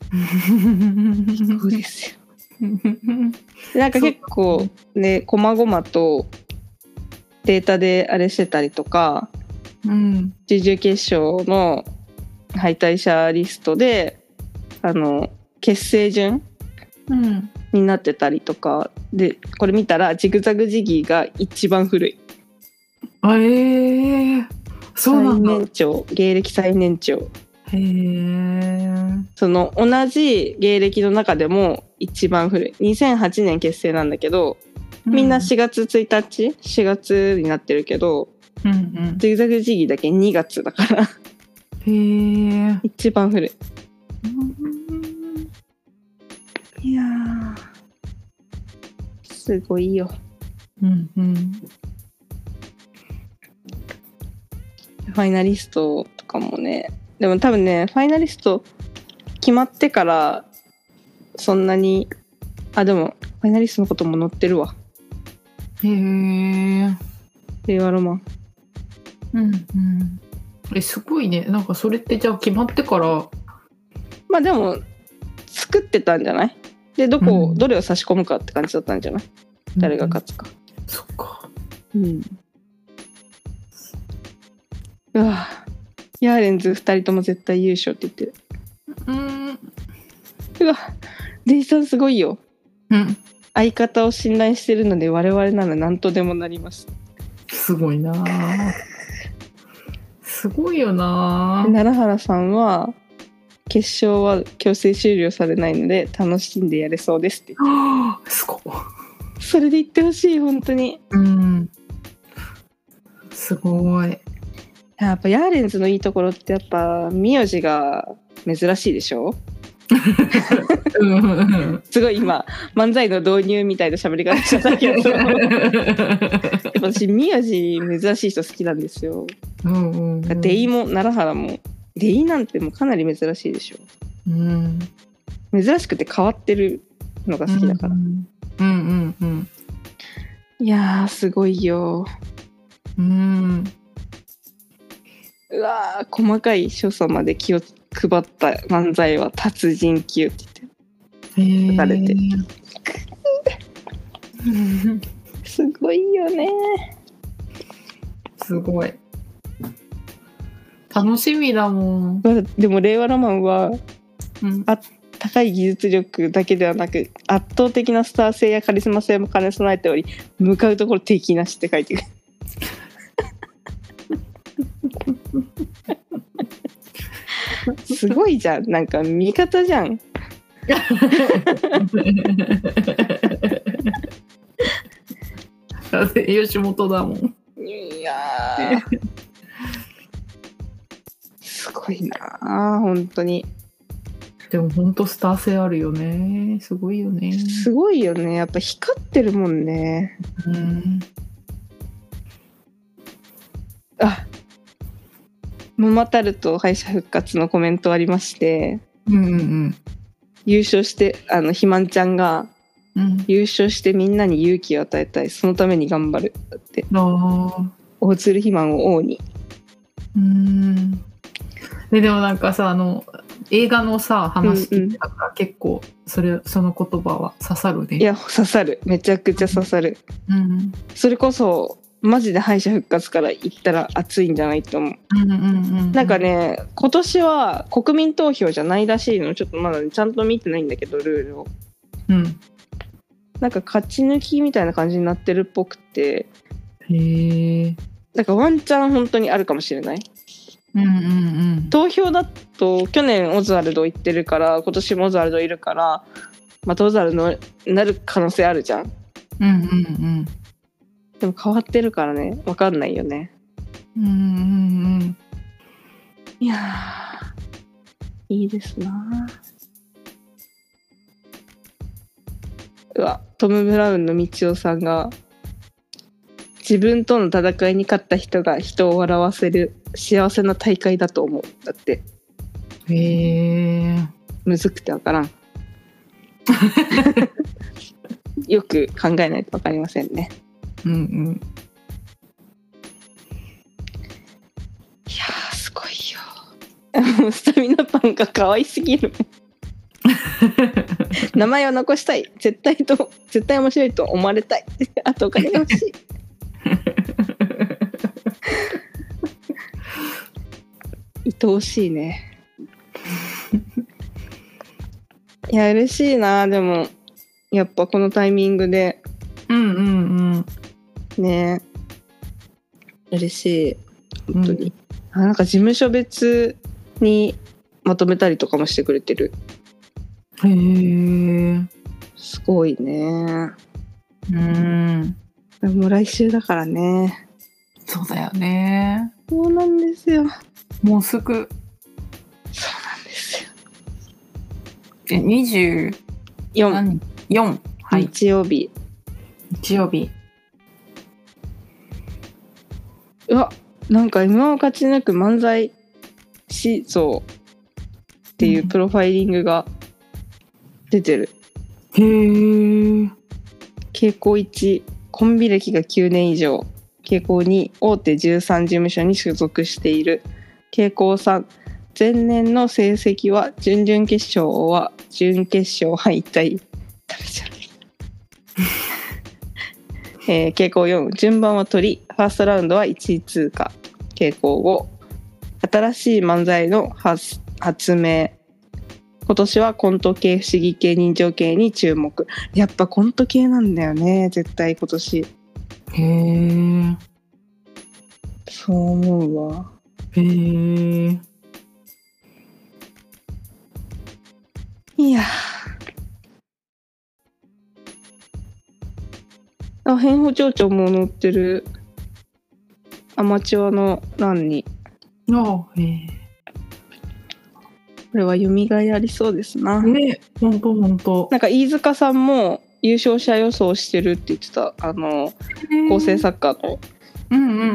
そうですよなんか結構ねこまごまとデータであれしてたりとか、うん、準々決勝の敗退者リストであの結成順、うん、になってたりとかで、これ見たらジグザグジギーが一番古い。 あえー、そうなんだ。 最年長、芸歴最年長。へー。その同じ芸歴の中でも一番古い。にせんはちねん結成なんだけど、みんなしがつついたち、しがつになってるけど、うんうん、ジグザグジギーだけにがつだからへー。一番古い。いやーすごいよ。うんうん。ファイナリストとかもね、でも多分ねファイナリスト決まってからそんなに、あでもファイナリストのことも載ってるわ。へえ。令和ロマン。うんうん。 えすごいね。なんかそれってじゃあ決まってから。 まあでも作ってたんじゃない？でどこ、うん、どれを差し込むかって感じだったんじゃない？うん、誰が勝つか。 そっか。 うん。うわヤーレンズふたりとも絶対優勝って言ってる。うん。うわデイさんすごいよ。うん。相方を信頼してるので我々なら何とでもなります。 すごいなすごいよな。 奈良原さんは決勝は強制終了されないので楽しんでやれそうですって言って。 すごい。 それで言ってほしい本当に。うん。 すごい。 やっぱヤーレンズのいいところってやっぱ名字が珍しいでしょすごい今漫才の導入みたいな喋り方しちゃったけど私名字珍しい人好きなんですよ。うんうんうん、デイも奈良原もデイなんてもうかなり珍しいでしょ、うん、珍しくて変わってるのが好きだから、うんうんうんうん、いやーすごいよ。うんうわー細かい所作まで気を配った漫才は達人級って言って書かれてすごいよね。 すごい楽しみだもん。 でも令和ロマンは、うん、あ高い技術力だけではなく圧倒的なスター性やカリスマ性も兼ね備えており向かうところ敵なしって書いてるすごいじゃん。なんか味方じゃん吉本だもん。 いやすごいな本当に。 でも本当スター性あるよね。すごいよね。 すごいよね。やっぱ光ってるもんね。うん。あママタルト敗者復活のコメントありまして、うんうんうん、優勝してあのひまんちゃんが、うん、優勝してみんなに勇気を与えたい、そのために頑張るだって。大鶴ひまんを王に。 うーんででもなんかさあの映画のさ話聞いてたから、うんうん、結構それその言葉は刺さるね。 いや刺さる、めちゃくちゃ刺さる、 うんうん、 それこそマジで敗者復活から言ったら熱いんじゃないと思う。 うんうんうんうん、 なんかね今年は国民投票じゃないらしいの。ちょっとまだ、ね、ちゃんと見てないんだけどルールを、 うん、 なんか勝ち抜きみたいな感じになってるっぽくて、 へえ。 なんかワンチャン本当にあるかもしれない。 うんうんうん、 投票だと去年オズワルド行ってるから今年もオズワルドいるから、またオズワルドになる可能性あるじゃん。 うんうんうん。 でも変わってるからね分かんないよね。 うんうんうん。 いやーいいですな。うわトム・ブラウンの道夫さんが自分との戦いに勝った人が人を笑わせる幸せな大会だと思う。だってへえ。 むずくて分からんよく考えないと分かりませんね。 うんうん。 いやーすごいよスタミナパンが可愛すぎる名前を残したい。絶対と絶対面白いと思われたいあとお金が欲しい愛おしいねいや嬉しいな。でもやっぱこのタイミングでうんうんうんね嬉しい本当に、うん、あなんか事務所別にまとめたりとかもしてくれてる。 へえ。 すごいね。 うんもう来週だからね。 そうだよね。 そうなんですよ。 もうすぐ。 そうなんですよ。 えにじゅうよん、よん、はい、 日曜日。 日曜日。 うわ、なんか エムワン を勝ち抜く漫才師像っていうプロファイリングが出てる。 うん、へー。 傾向いち、コンビ歴がきゅうねん以上。傾向に、大手じゅうさん事務所に所属している。傾向さん、前年の成績は準々決勝は準決勝敗退。ダメじゃん。えー、傾向よん、順番は取り、ファーストラウンドはいちい通過。傾向ご、新しい漫才の 発, 発明。今年はコント系、不思議系、人情系に注目。やっぱコント系なんだよね、絶対今年。 へー。 そう思うわ。 へー。 いやあ、変補町長も載ってる。アマチュアの欄に。 ああ、へえ。 これは蘇りありそうですな。 ね、ほんとほんと。 なんか飯塚さんも優勝者予想してるって言ってた。あの構成作家の。 うんうんうんうん。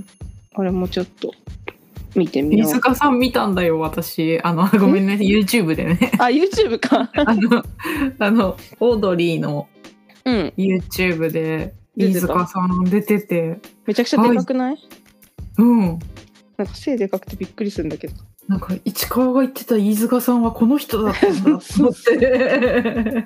これもちょっと見てみよう。 飯塚さん見たんだよ私。あのごめんね YouTube でね。 あ YouTube か。 あのあのオードリーの。 うん、 YouTube で飯塚さん出ててめちゃくちゃでかくない？はい、 うんなんか背でかくてびっくりするんだけど、 なんか市川が言ってた飯塚さんはこの人だったんだと思ってへ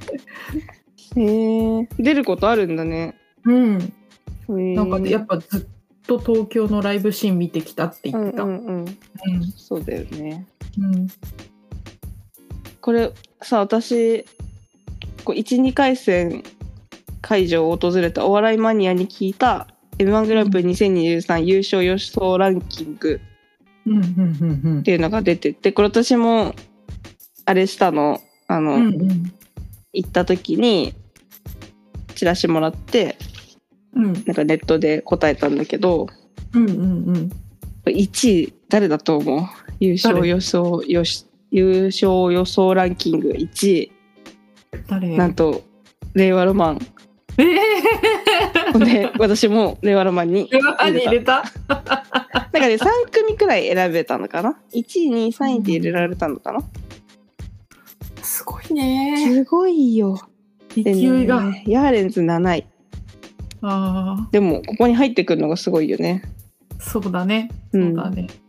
え出ることあるんだね。 うんなんかやっぱずっと東京のライブシーン見てきたって言ってた。うんうんうん、うん、 そうだよね、 うん、 これさ私いち、にかい戦会場を訪れたお笑いマニアに聞いた エムワン グランプリにせんにじゅうさん優勝予想ランキングっていうのが出てて、これ私もあれしたの、あの、うんうん、行った時にチラシもらって、うん、なんかネットで答えたんだけど、うんうんうん、いちい誰だと思う？優勝予想よし優勝予想ランキングいちい誰？ なんと令和ロマン。えー、で私も令和ロマンに入れた。 なんかねさん組くらい選べたのかな。いちいにさんいって入れられたのかな、うん、 すごいね。 すごいよ勢いが、 ね、ヤーレンズなない。 あでもここに入ってくるのがすごいよね。 そうだねそうだね、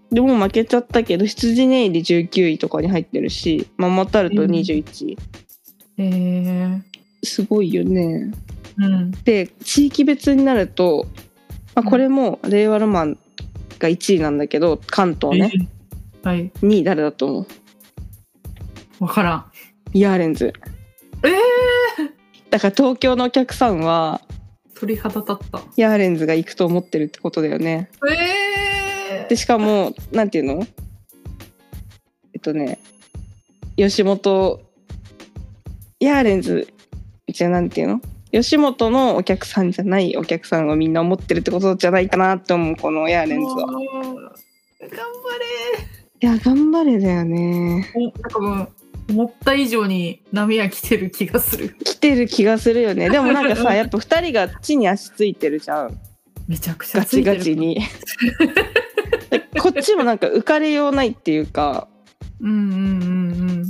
でも負けちゃったけど羊ネイリじゅうきゅういとかに入ってるし、ママタルトにじゅういちい、 へえー、 すごいよね。 うん、 で地域別になると、まあ、これも令和ロマンがいちいなんだけど、関東ね、 えー、はい、 にい誰だと思う？ わからん。 ヤーレンズ。 えー、 だから東京のお客さんは鳥肌立った。 ヤーレンズが行くと思ってるってことだよね。 えー、 でしかもなんていうの、えっとね吉本ヤーレンズじゃなんていうの吉本のお客さんじゃないお客さんをみんな思ってるってことじゃないかなって思う、このヤーレンズは。 頑張れ。 いや頑張れだよね。 多分思った以上に波が来てる気がする。 来てる気がするよね。でもなんかさやっぱふたりが地に足ついてるじゃん。 めちゃくちゃついてる。 ガチガチにこっちもなんか浮かれようないっていうか、 うんうんうんうん、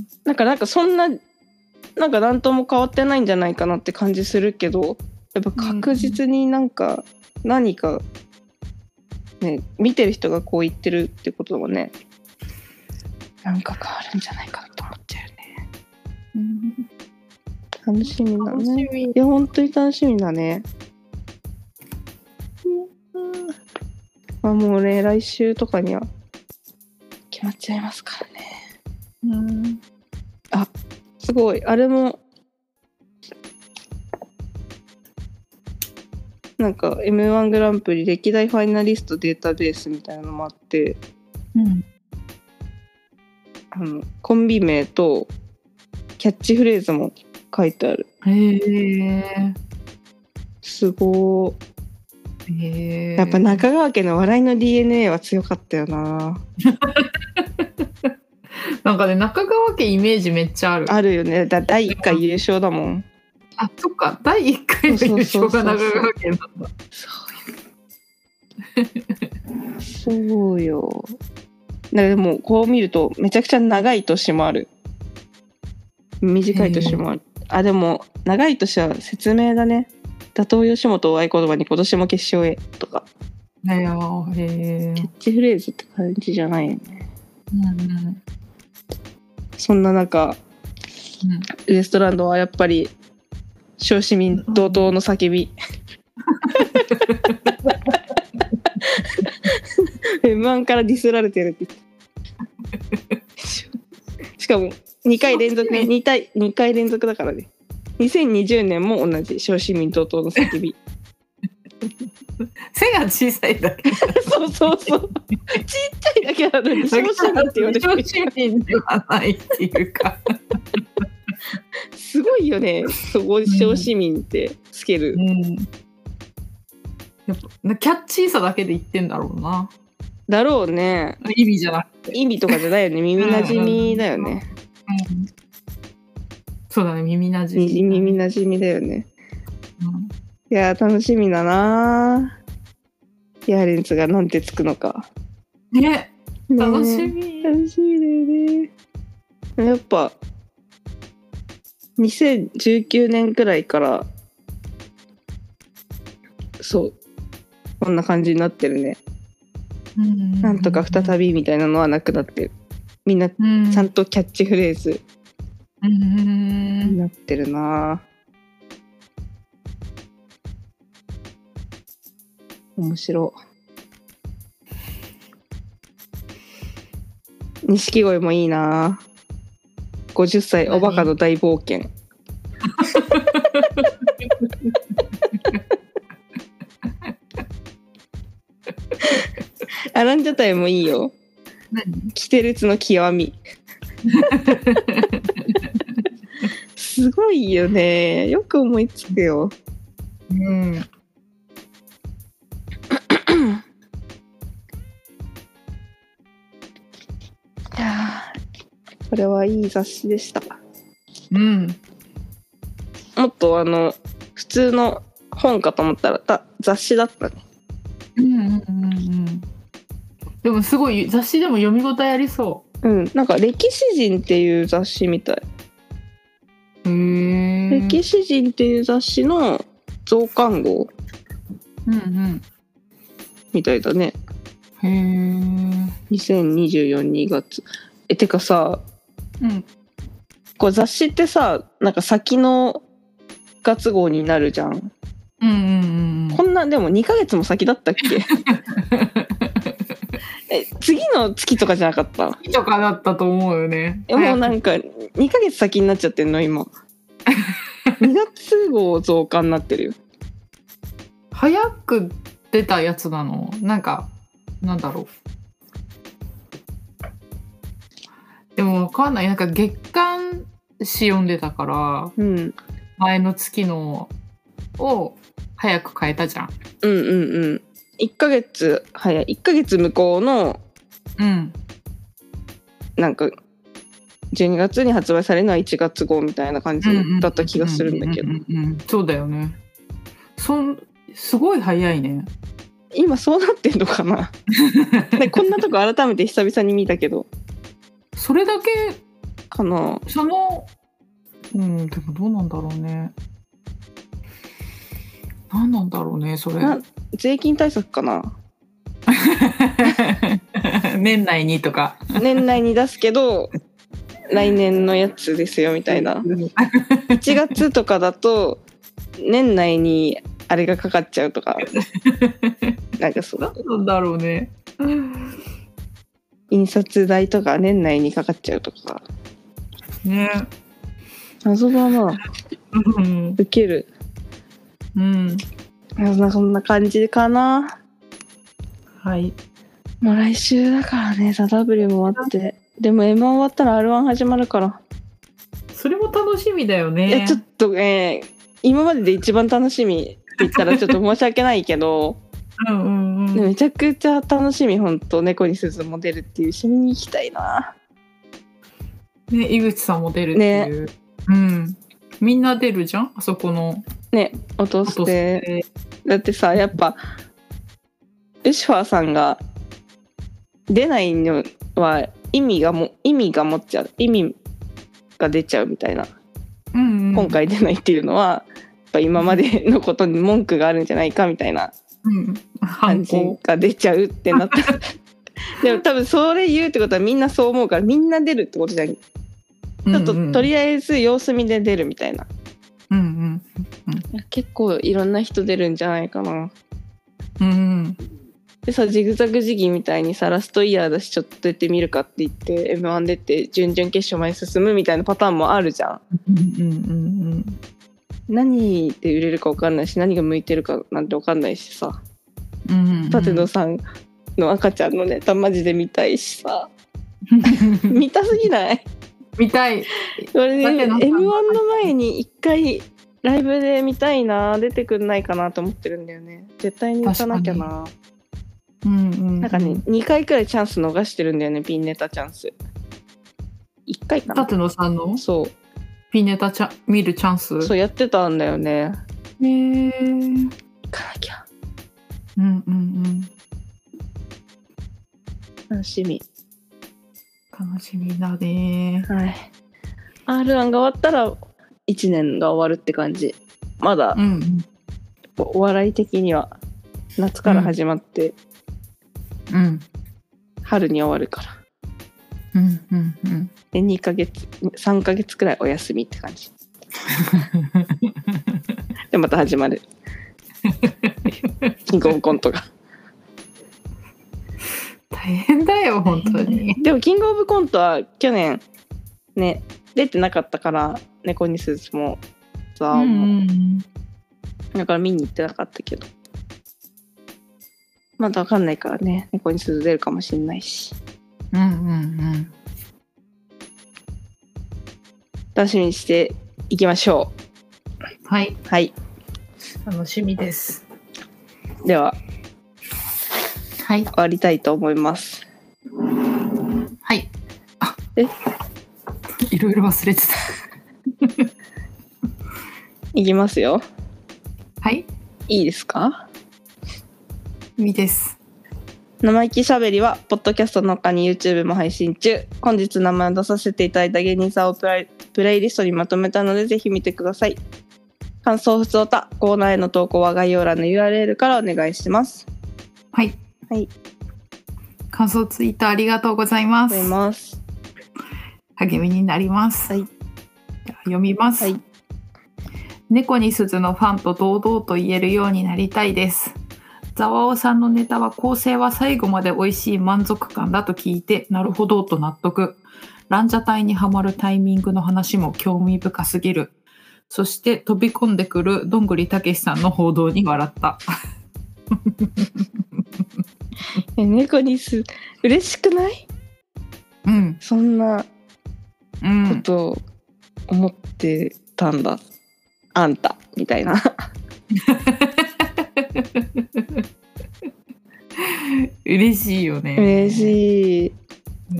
なんかなんかそんななんか何とも変わってないんじゃないかなって感じするけど、やっぱ確実になんか何かね、見てる人がこう言ってるってことはね、なんか変わるんじゃないかなと思っちゃうね、うん、楽しみだね。いや本当に楽しみだね、うんまあ、もうね来週とかには決まっちゃいますからね、うん、あすごいあれもなんか エムワン グランプリ歴代ファイナリストデータベースみたいなのもあって、うん、あのコンビ名とキャッチフレーズも書いてある。 へえ、 すごい。へえ。 やっぱ中川家の笑いの ディーエヌエー は強かったよな。 なんかね中川家イメージめっちゃある。あるよね。だだいいっかい優勝だもん。 あ、そっかだいいっかいの優勝が中川家なんだ。 そうよ。だからでもこう見るとめちゃくちゃ長い年もある。短い年もある。あでも長い年は説明だね。打倒吉本を合言葉に今年も決勝へとか。 へえ。 キャッチフレーズって感じじゃないよね。うんうん、そんな中、うん、ウエストランドはやっぱり小市民同等の叫び。エムワン からディスられてるって言って。しかもにかい連続ね、2, 対にかい連続だからね。にせんにじゅうねんも同じ小市民同等の叫び。 背が小さいだけ。 そうそうそう。ちっちゃいだけなのに小市民って言われてる。 小市民ではないっていうか。 すごいよね。そこ小市民ってつける。うんうん、 やっぱキャッチーさだけで言ってんだろうな。 だろうね。 意味じゃなくて。 意味とかじゃないよね。耳なじみだよね。 うんうん、そうだね、耳なじみ。 耳なじみだよね。うん、いや楽しみだな。ヤーレンズがなんてつくのか。 ね。楽しみ。 楽しみだよね。やっぱにせんじゅうきゅうねんくらいからそうこんな感じになってるね。うんうんうん、なんとか再びみたいなのはなくなってる。みんなちゃんとキャッチフレーズになってるな。面白い。錦鯉もいいな。ごじゅっさいおバカの大冒険。アランジャタイもいいよ。何？キテレツの極み。すごいよね。よく思いつくよ。うん。いやこれはいい雑誌でした。うん。もっとあの普通の本かと思ったらた雑誌だったね。 うんうんうんうん。でもすごい雑誌でも読み応えありそう。 うん。なんか歴史人っていう雑誌みたい。へえ。歴史人っていう雑誌の増刊号。うんうん。みたいだね。 へえ。 にせんにじゅうよねんにがつ。え、てかさ、 うん。 こう雑誌ってさ、なんか先の月号になるじゃん。 うんうんうん。 こんな、でもにかげつも先だったっけえ、次の月とかじゃなかった？ 月とかだったと思うよね。 え、もうなんかにかげつ先になっちゃってんの今。にがつ号増刊になってるよ。 早く出たやつなの？なんかなんだろう。でもわかんない。なんか月刊誌読んでたから、 うん、 前の月のを早く変えたじゃん。 うんうんうん。いっかげつ早い。いっかげつ向こうの、 うん、 なんかじゅうにがつに発売されるのはいちがつ号みたいな感じだった気がするんだけど。 そうだよね。そんすごい早いね。 今そうなってんのかな。でこんなとこ改めて久々に見たけど。 それだけかな。 そのうんでもどうなんだろうね。何なんだろうねそれ。 税金対策かな。 年内にとか。 年内に出すけど来年のやつですよみたいな。いちがつとかだと年内にあれがかかっちゃうとか。なんかそう。 何なんだろうね。 印刷代とか年内にかかっちゃうとか。 ね。 謎だな。 うん。 ウケる。 うん。 そんな感じかな。 はい。 もう来週だからね、ザ・ W も終わって。でも エムワン 終わったら アールワン 始まるから。 それも楽しみだよね。 いやちょっとね、今までで一番楽しみって言ったらちょっと申し訳ないけど、 うんうんうん、 めちゃくちゃ楽しみ。本当猫に鈴も出るっていう、一緒に行きたいな。 ね、井口さんも出るっていう。ね、うん。みんな出るじゃん、あそこの。 ね、落として。だってさ、やっぱルシファーさんが出ないのは意味がも意味が持っちゃう、意味が出ちゃうみたいな、うんうん、今回出ないっていうのはやっぱ今までのことに文句があるんじゃないかみたいな感じが出ちゃうってなった、うん、でも多分それ言うってことはみんなそう思うからみんな出るってことじゃん。ちょっととりあえず様子見で出るみたいな、うんうんうん、結構いろんな人出るんじゃないかな。うん、でさ、ジグザグジギーみたいにさ、ラストイヤーだしちょっと出てみるかって言って エムワン 出て準々決勝まで進むみたいなパターンもあるじゃん。うんうんうん、何で売れるか分かんないし何が向いてるかなんて分かんないしさ、うんうんうん、舘野さんの赤ちゃんのネタマジで見たいしさ見たすぎない？ 見たい。 俺ね エムワン の前に一回ライブで見たいな、出てくんないかなと思ってるんだよね。絶対に行かなきゃな。うんうんうん、なんかねにかいくらいチャンス逃してるんだよね、ピンネタチャンス。いっかいかな。 舘野さんのそうピンネタチャ見るチャンス、 そうやってたんだよね。 へー、 行かなきゃ。 うんうんうん、 楽しみ楽しみだね。 はい。アールワン が終わったらいちねんが終わるって感じ。まだ、うん、お笑い的には夏から始まって、うん、春に終わるから、うんうんうん、でにかげつさんかげつくらいお休みって感じでまた始まるキングオブコントが大変だよ本当に。 でもキングオブコントは去年ね出てなかったから、猫に鈴もさ、うん、だから見に行ってなかったけど、まだ分かんないからね、猫に鈴出るかもしれないし、うんうんうん、楽しみにしていきましょう。はいはい、 楽しみです。 でははい終わりたいと思います。 はい。 あえいろいろ忘れてたいきますよ。 はい、 いいですか？ いいです。 生意気しゃべりはポッドキャストの他に YouTube も配信中。本日名前を出させていただいた芸人さんをプライ、プレイリストにまとめたのでぜひ見てください。感想、ふつおた、コーナーへの投稿は概要欄の ユーアールエル からお願いします。 はい、 はい、 感想ツイートありがとうございます。 ありがとうございます。 励みになります。 はい。 読みます。 はい。 猫に鈴のファンと堂々と言えるようになりたいです。ザワオさんのネタは構成は最後まで美味しい満足感だと聞いて、なるほどと納得。ランジャタイにはまるタイミングの話も興味深すぎる。そして飛び込んでくるどんぐりたけしさんの報道に笑った。 え、猫にす嬉しくない？ うん。 そんなことを思ってたんだ。うん、あんたみたいな。 嬉しいよね。 嬉しい。 うん。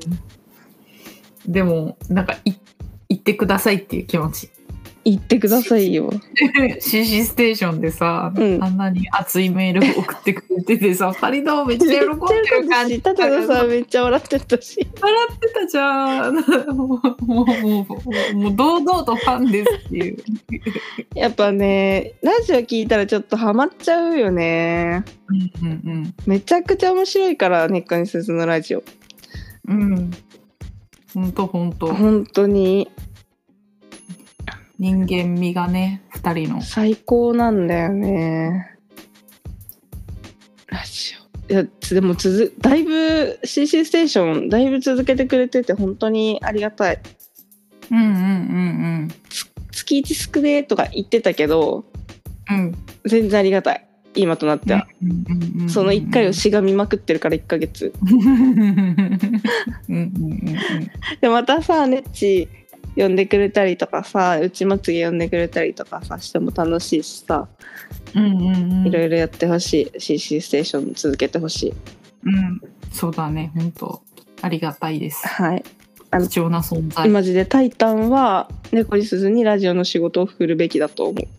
でもなんかい言ってくださいっていう気持ち。 言ってくださいよ。 シーシー ステーションでさ、うん、あんなに熱いメールを送ってくれててさ、二人ともめっちゃ喜んでる感じ。 たださめっちゃ笑ってたし。 笑ってたじゃん。もうもうもうもう堂々とファンですっていう。 やっぱねラジオ聞いたらちょっとハマっちゃうよね。 うんうんうん。 めちゃくちゃ面白いから猫に鈴のラジオ。 うん。本当本当。 本当に。 人間味がね、二人の最高なんだよね。ラジオ。いやでも続だいぶ シーシー ステーションだいぶ続けてくれてて本当にありがたい。 うんうんうんうん。 月いち少ねとか言ってたけど、 うん、 全然ありがたい。今となっては、うんうんうんうん、そのいっかいをしがみまくってるからいっかげつ。うんうんうん、でまたさネッチ呼んでくれたりとかさ、うちまつげ呼んでくれたりとかさしても楽しいしさ、うんうんうん、いろいろやってほしい。 シーシー ステーション続けてほしい。 うん、そうだね、本当ありがたいです。 はい、あの貴重な存在。 マジでタイタンは猫に鈴にラジオの仕事を振るべきだと思う。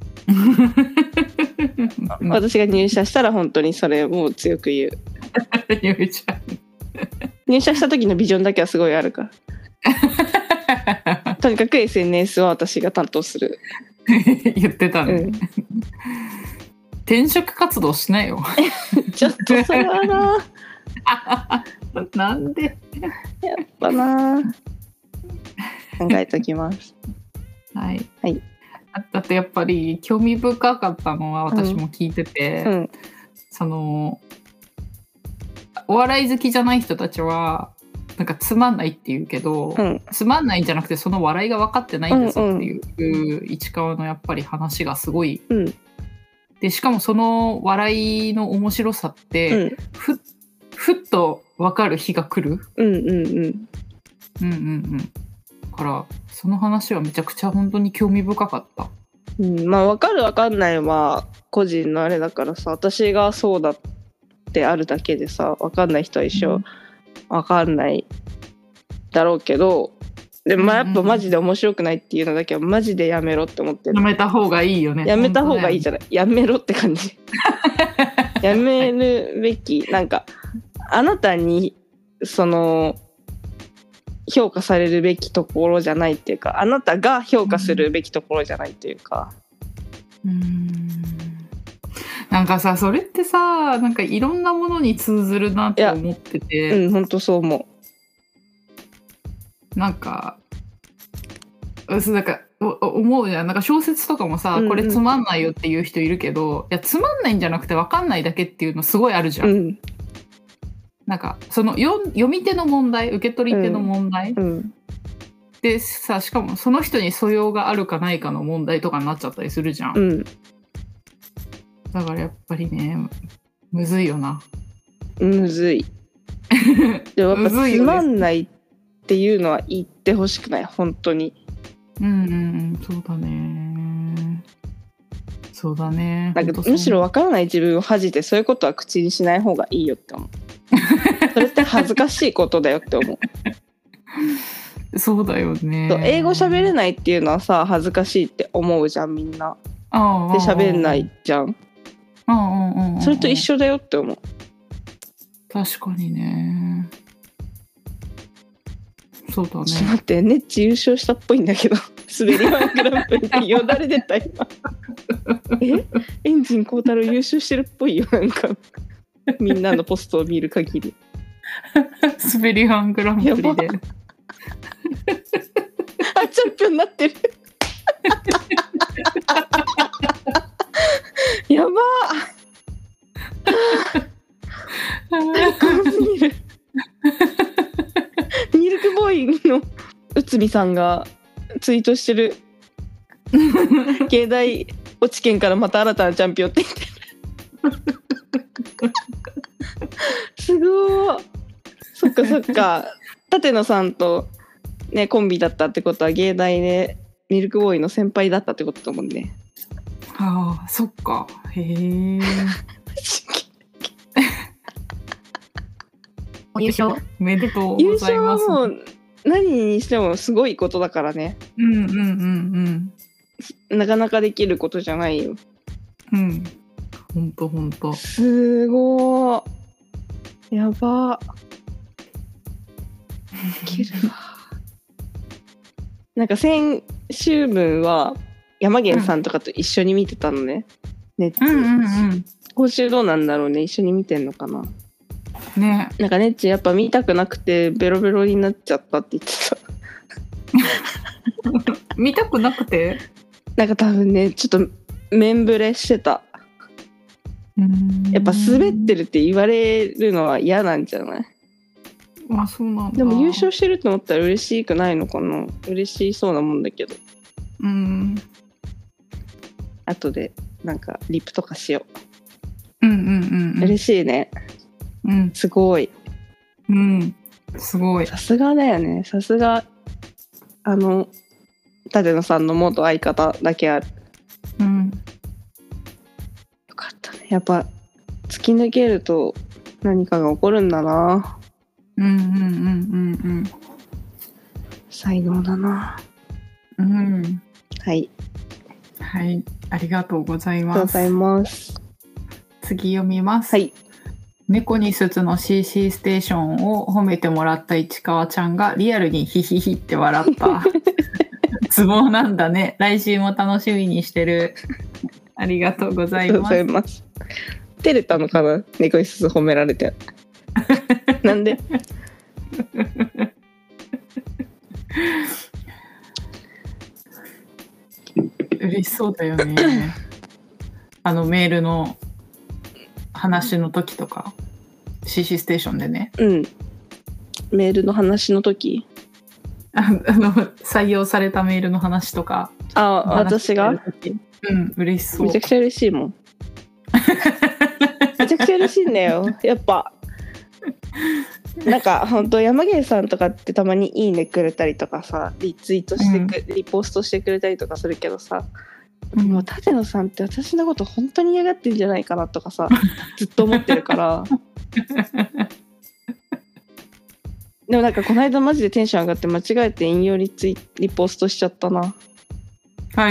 私が入社したら本当にそれを強く言う。入社した時のビジョンだけはすごいあるからとにかく エスエヌエス は私が担当する。 言ってたね、うん、転職活動しないよ。 ちょっとそれはななんでやっぱな考えときます。 はい、 はい、 だってやっぱり興味深かったのは私も聞いてて、うんうん、そのお笑い好きじゃない人たちはなんかつまんないって言うけど、うん、つまんないんじゃなくてその笑いが分かってないんですよっていう、うんうん、市川のやっぱり話がすごい、うん、でしかもその笑いの面白さって、うん、ふ, ふっと分かる日が来る。うんうんうんうんうんうんだからその話はめちゃくちゃ本当に興味深かった。 うん、まあ分かる分かんないは個人のあれだからさ、私がそうだってあるだけでさ、分かんない人は一緒、うん分かんないだろうけど、でもやっぱマジで面白くないっていうのだけはマジでやめろって思ってる。 やめた方がいいよね。 やめた方がいいじゃない、やめろって感じ。やめるべき。なんかあなたにその評価されるべきところじゃないっていうか、あなたが評価するべきところじゃないっていうか、 うーんなんかさそれってさなんかいろんなものに通ずるなって思ってて、 うん本当そう思う。なんかなんか思うじゃん。なんか小説とかもさ、うんうん、これつまんないよっていう人いるけど、いやつまんないんじゃなくて分かんないだけっていうのすごいあるじゃん、うん、なんかそのよ読み手の問題、受け取り手の問題、うんうん、でさしかもその人に素養があるかないかの問題とかになっちゃったりするじゃん、うんだからやっぱりねむずいよな。 むずい。でもやっぱつまんないっていうのは言ってほしくない本当に。 うんうんそうだねそうだね。 なんかむしろ分からない自分を恥じてそういうことは口にしない方がいいよって思う。それって恥ずかしいことだよって思う。そうだよね。 英語喋れないっていうのはさ恥ずかしいって思うじゃんみんな。あで喋んないじゃん。うんうんうんうん、それと一緒だよって思う。 確かにね。そうだね。 ちょっと待ってネッチ優勝したっぽいんだけど滑りワングランプリってよだれ出た今。えエンジン孝太郎優勝してるっぽいよなんか。 みんなのポストを見る限り。 スベリハングランプリで。あ、 チャンピオンになってる。やばー。怖すぎる。ミルクボーイの内海さんがツイートしてる。芸大落ち県からまた新たなチャンピオンって言ってる。すごー。そっかそっか。舘野さんとねコンビだったってことは芸大でミルクボーイの先輩だったってことだもんね。 ああ、そっか。へえ。 優勝おめでとうございます。 優勝はもう何にしてもすごいことだからね。 うんうんうんうん。なかなかできることじゃないよ。 うん。ほんとほんと。 すごー。やばー。いけるわ。なんか先週分は山源さんとかと一緒に見てたのね。ネッツ。 うんうんうん。 今週どうなんだろうね。一緒に見てんのかな。 ね。 なんかネッチやっぱ見たくなくてベロベロになっちゃったって言ってた。見たくなくて？ なんか多分ねちょっと面ぶれしてた。 うんやっぱ滑ってるって言われるのは嫌なんじゃない？ あ、そうなんだ。 でも優勝してると思ったら嬉しくないのかな。嬉しそうなもんだけど。 うん。 後でなんかリプとかしよう。うんうんうんうん。 嬉しいね。 うん。 すごい。 うん。すごい。 さすがだよね。さすがあの舘野さんの元相方だけある。 うん。 よかったね。やっぱ突き抜けると何かが起こるんだな。 うんうんうんうんうん。 才能だな。 うん。 はい。 はい。ありがとうございます。 ありがとうございます。 次読みます。 はい。 ネコニスツの シーシー ステーションを褒めてもらった市川ちゃんがリアルにヒヒヒって笑った。ツボなんだね。来週も楽しみにしてる。ありがとうございます。ありがとうございます。 照れたのかな、ネコニスツ褒められて。なんで嬉しそうだよね。あのメールの話の時とか シーシー ステーションでね。 うん。メールの話の時。 ああの採用されたメールの話とか。 あ、私が？ うん、嬉しそう。 めちゃくちゃ嬉しいもん。めちゃくちゃ嬉しいんだよ。やっぱ。なんか本当山源さんとかってたまにいいねくれたりとかさ、リツイートしてく、うん、リポストしてくれたりとかするけどさ、うん、もう舘野さんって私のこと本当に嫌がってんじゃないかなとかさずっと思ってるからでもなんかこの間マジでテンション上がって間違えて引用リツイリポストしちゃったな。 はい。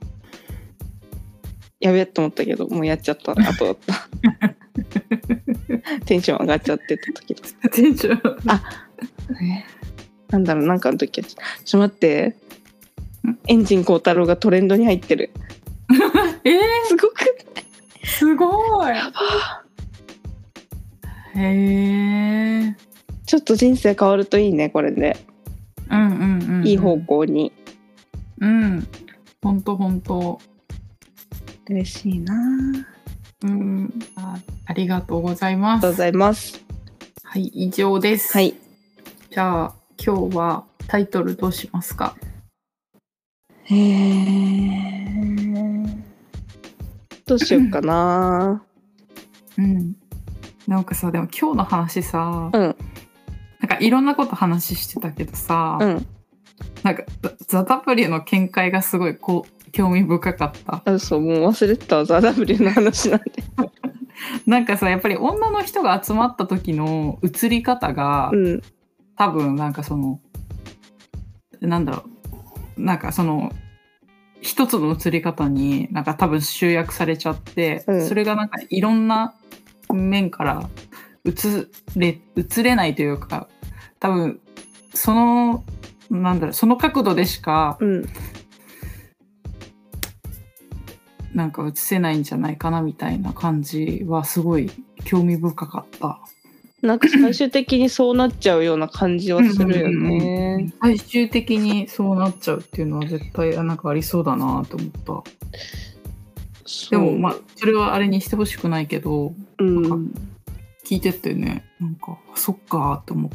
やべえと思ったけどもうやっちゃった後だったテンション上がっちゃってた時だ。 テンションあ、えー、なんだろう、なんかの時はちょっと待って、エンジン光太郎がトレンドに入ってる。 えー、 すごくすごい。 やばへえ。 ちょっと人生変わるといいねこれで。 うんうんうん、うん、 いい方向に。 うん。ほんとほんと。 嬉しいな。 うん、あ、ありがとうございます。 ありがとうございます。 はい、以上です。 はい。 じゃあ今日はタイトルどうしますか？ へー、どうしようかな。 うん。なんかさ、でも今日の話さ、 うん、 なんかいろんなこと話してたけどさ、 うん、 なんかザ・ W の見解がすごいこう興味深かった。 あ、そう、もう忘れてたザ・ W の話なんでなんかさ、やっぱり女の人が集まった時の映り方が、うん、多分なんかそのなんだろう、なんかその一つの映り方になんか多分集約されちゃって、うん、それがなんかいろんな面から映れ映れないというか、多分そのなんだろう、その角度でしか、うん、 なんか映せないんじゃないかなみたいな感じはすごい興味深かった。 なんか最終的にそうなっちゃうような感じはするよね。うんうんうん、 最終的にそうなっちゃうっていうのは絶対なんかありそうだなと思った。でもまあそれはあれにしてほしくないけど、うん、なんか聞いてってね、なんかそっかーって思った。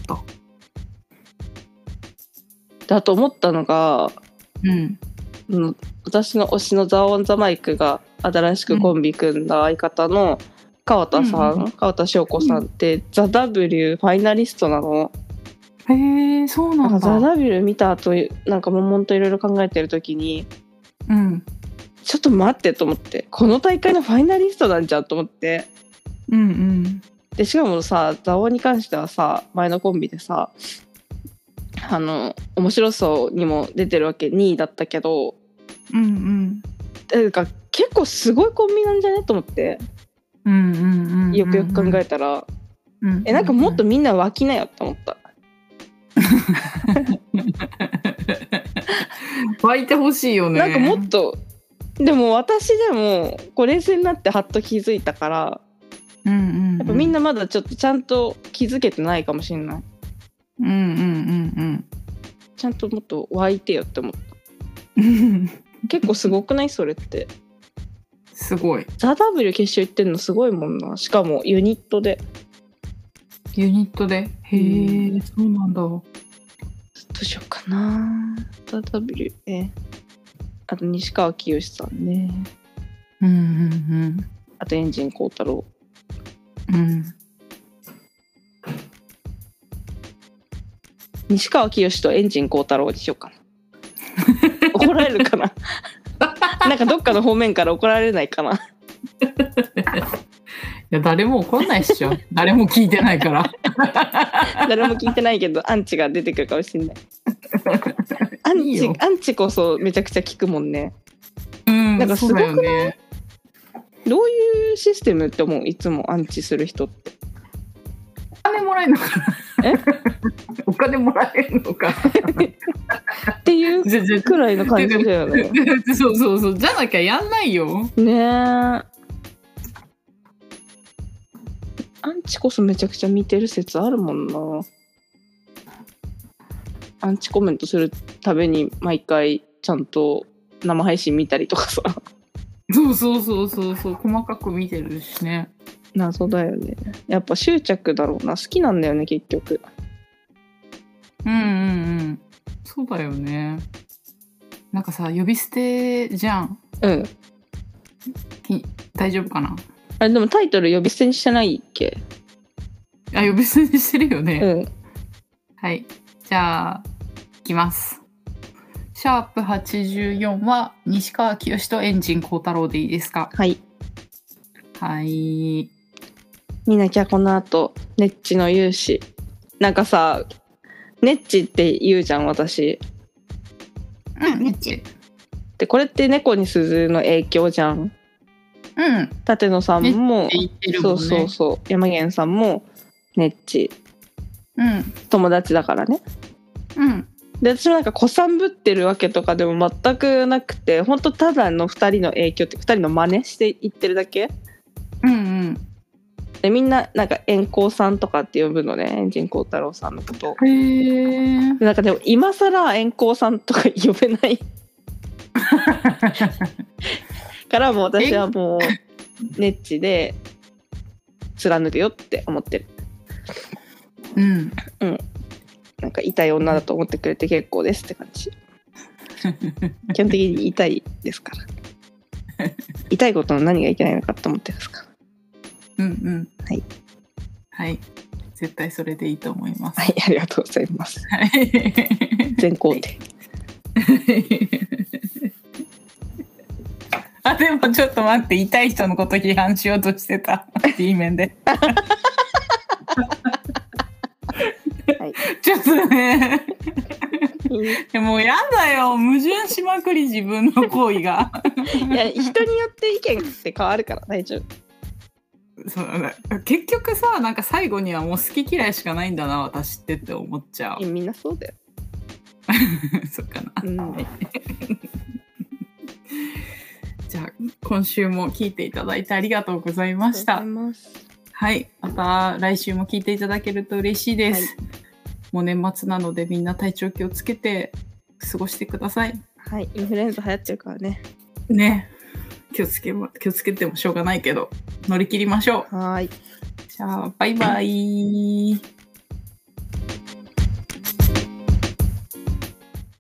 だと思ったのが、 うんうん、私の推しのザ・オン・ザ・マイクが新しくコンビ組んだ相方の川田さん、うん、川田翔子さんって、うん、ザ・ W ファイナリストなの。 へー、そうなんだ。 ザ・ W 見た後なんか悶々といろいろ考えてる時に、 うん、 ちょっと待ってと思って、この大会のファイナリストなんじゃんと思って、 うんうん、 でしかもさ、ザオに関してはさ、前のコンビでさ、あの面白そうにも出てるわけ、にいだったけど、 うんうん、 なんか結構すごいコンビなんじゃねと思って、 うんうんうんうん、 よくよく考えたら、うんうんうん、えなんかもっとみんな湧きなよって思った。 湧いてほしいよね。 なんかもっと、でも私でもこう冷静になってハッと気づいたから、 うんうんうん、 やっぱみんなまだちょっとちゃんと気づけてないかもしれない。 うんうんうんうん。 ちゃんともっと湧いてよって思った。結構すごくないそれって。 すごい。 ザ・ W 決勝行ってんのすごいもんな。しかもユニットで。 ユニットで。へえ、うん、そうなんだ。どうしようかな。ザ・ W ね。あと西川きよしさんね。 うんうんうん。 あとエンジン幸太郎。 うん。 西川きよしとエンジン幸太郎にしようかな。怒られるかな。なんかどっかの方面から怒られないかな。いや誰も怒んないっしょ。誰も聞いてないから。 誰も聞いてないけどアンチが出てくるかもしれない。アンチ、いいアンチこそめちゃくちゃ聞くもんね。 うん、 なんかすごくない？そうだよね。どういうシステムって思う？いつもアンチする人って。 お金もらえるのかな？え？お金もらえるのかっていうくらいの感じだよね。 そうそうそう、じゃなきゃやんないよ。 ねえ。アンチこそめちゃくちゃ見てる説あるもんな。アンチコメントするために毎回ちゃんと生配信見たりとかさ。 そうそうそうそうそう、細かく見てるしね。 謎だよね。やっぱ執着だろうな。好きなんだよね結局。 うんうんうん。そうだよね。なんかさ、呼び捨てじゃん。 うん。 大丈夫かな？ あれでもタイトル呼び捨てにしてないっけ？ あ、呼び捨てにしてるよね。 うん。 はい。じゃあいきます。シャープはちじゅうよんは西川きよしとエンジン幸太郎でいいですか？ はい。 はい。 見なきゃこの後ネッチの勇姿。なんかさ、ネッチって言うじゃん私。 うん、ネッチ。 でこれって猫に鈴の影響じゃん。 うん。 舘野さんも、 ね、 そうそうそう、山源さんもネッチ。 うん。 友達だからね。 うん。 で私もなんか子さんぶってるわけとかでも全くなくて、本当ただのふたりの影響ってふたりの真似していってるだけ。 うんうん。 でみんななんか円光さんとかって呼ぶのね、エンジン幸太郎さんのこと。 へー。 なんかでも今更円光さんとか呼べないからもう私はもうネッチで貫くよって思ってる。 うんうん。なんか痛い女だと思ってくれて結構ですって感じ。基本的に痛いですから。痛いことの何がいけないのかと思ってますから。 うんうん。 はい。 はい。絶対それでいいと思います。 はい、ありがとうございます。はい。全肯定。 あ、でもちょっと待って、痛い人のこと批判しようとしてた。いい面で。 はい、 ちょっとね。もうやだよ、矛盾しまくり自分の行為が。 いや、人によって意見って変わるから大丈夫。 そうだ、結局さ、なんか最後にはもう好き嫌いしかないんだな私ってって思っちゃう。 みんなそうだよ。そっかな、 うん、 はい、 じゃあ今週も聞いていただいてありがとうございました。はい、また来週も聞いていただけると嬉しいです。はい、もう年末なのでみんな体調気をつけて過ごしてください。 はい、インフルエンザ流行ってるからね。 ね、気をつけま、気をつけてもしょうがないけど乗り切りましょう。 はい。 じゃあバイバイ。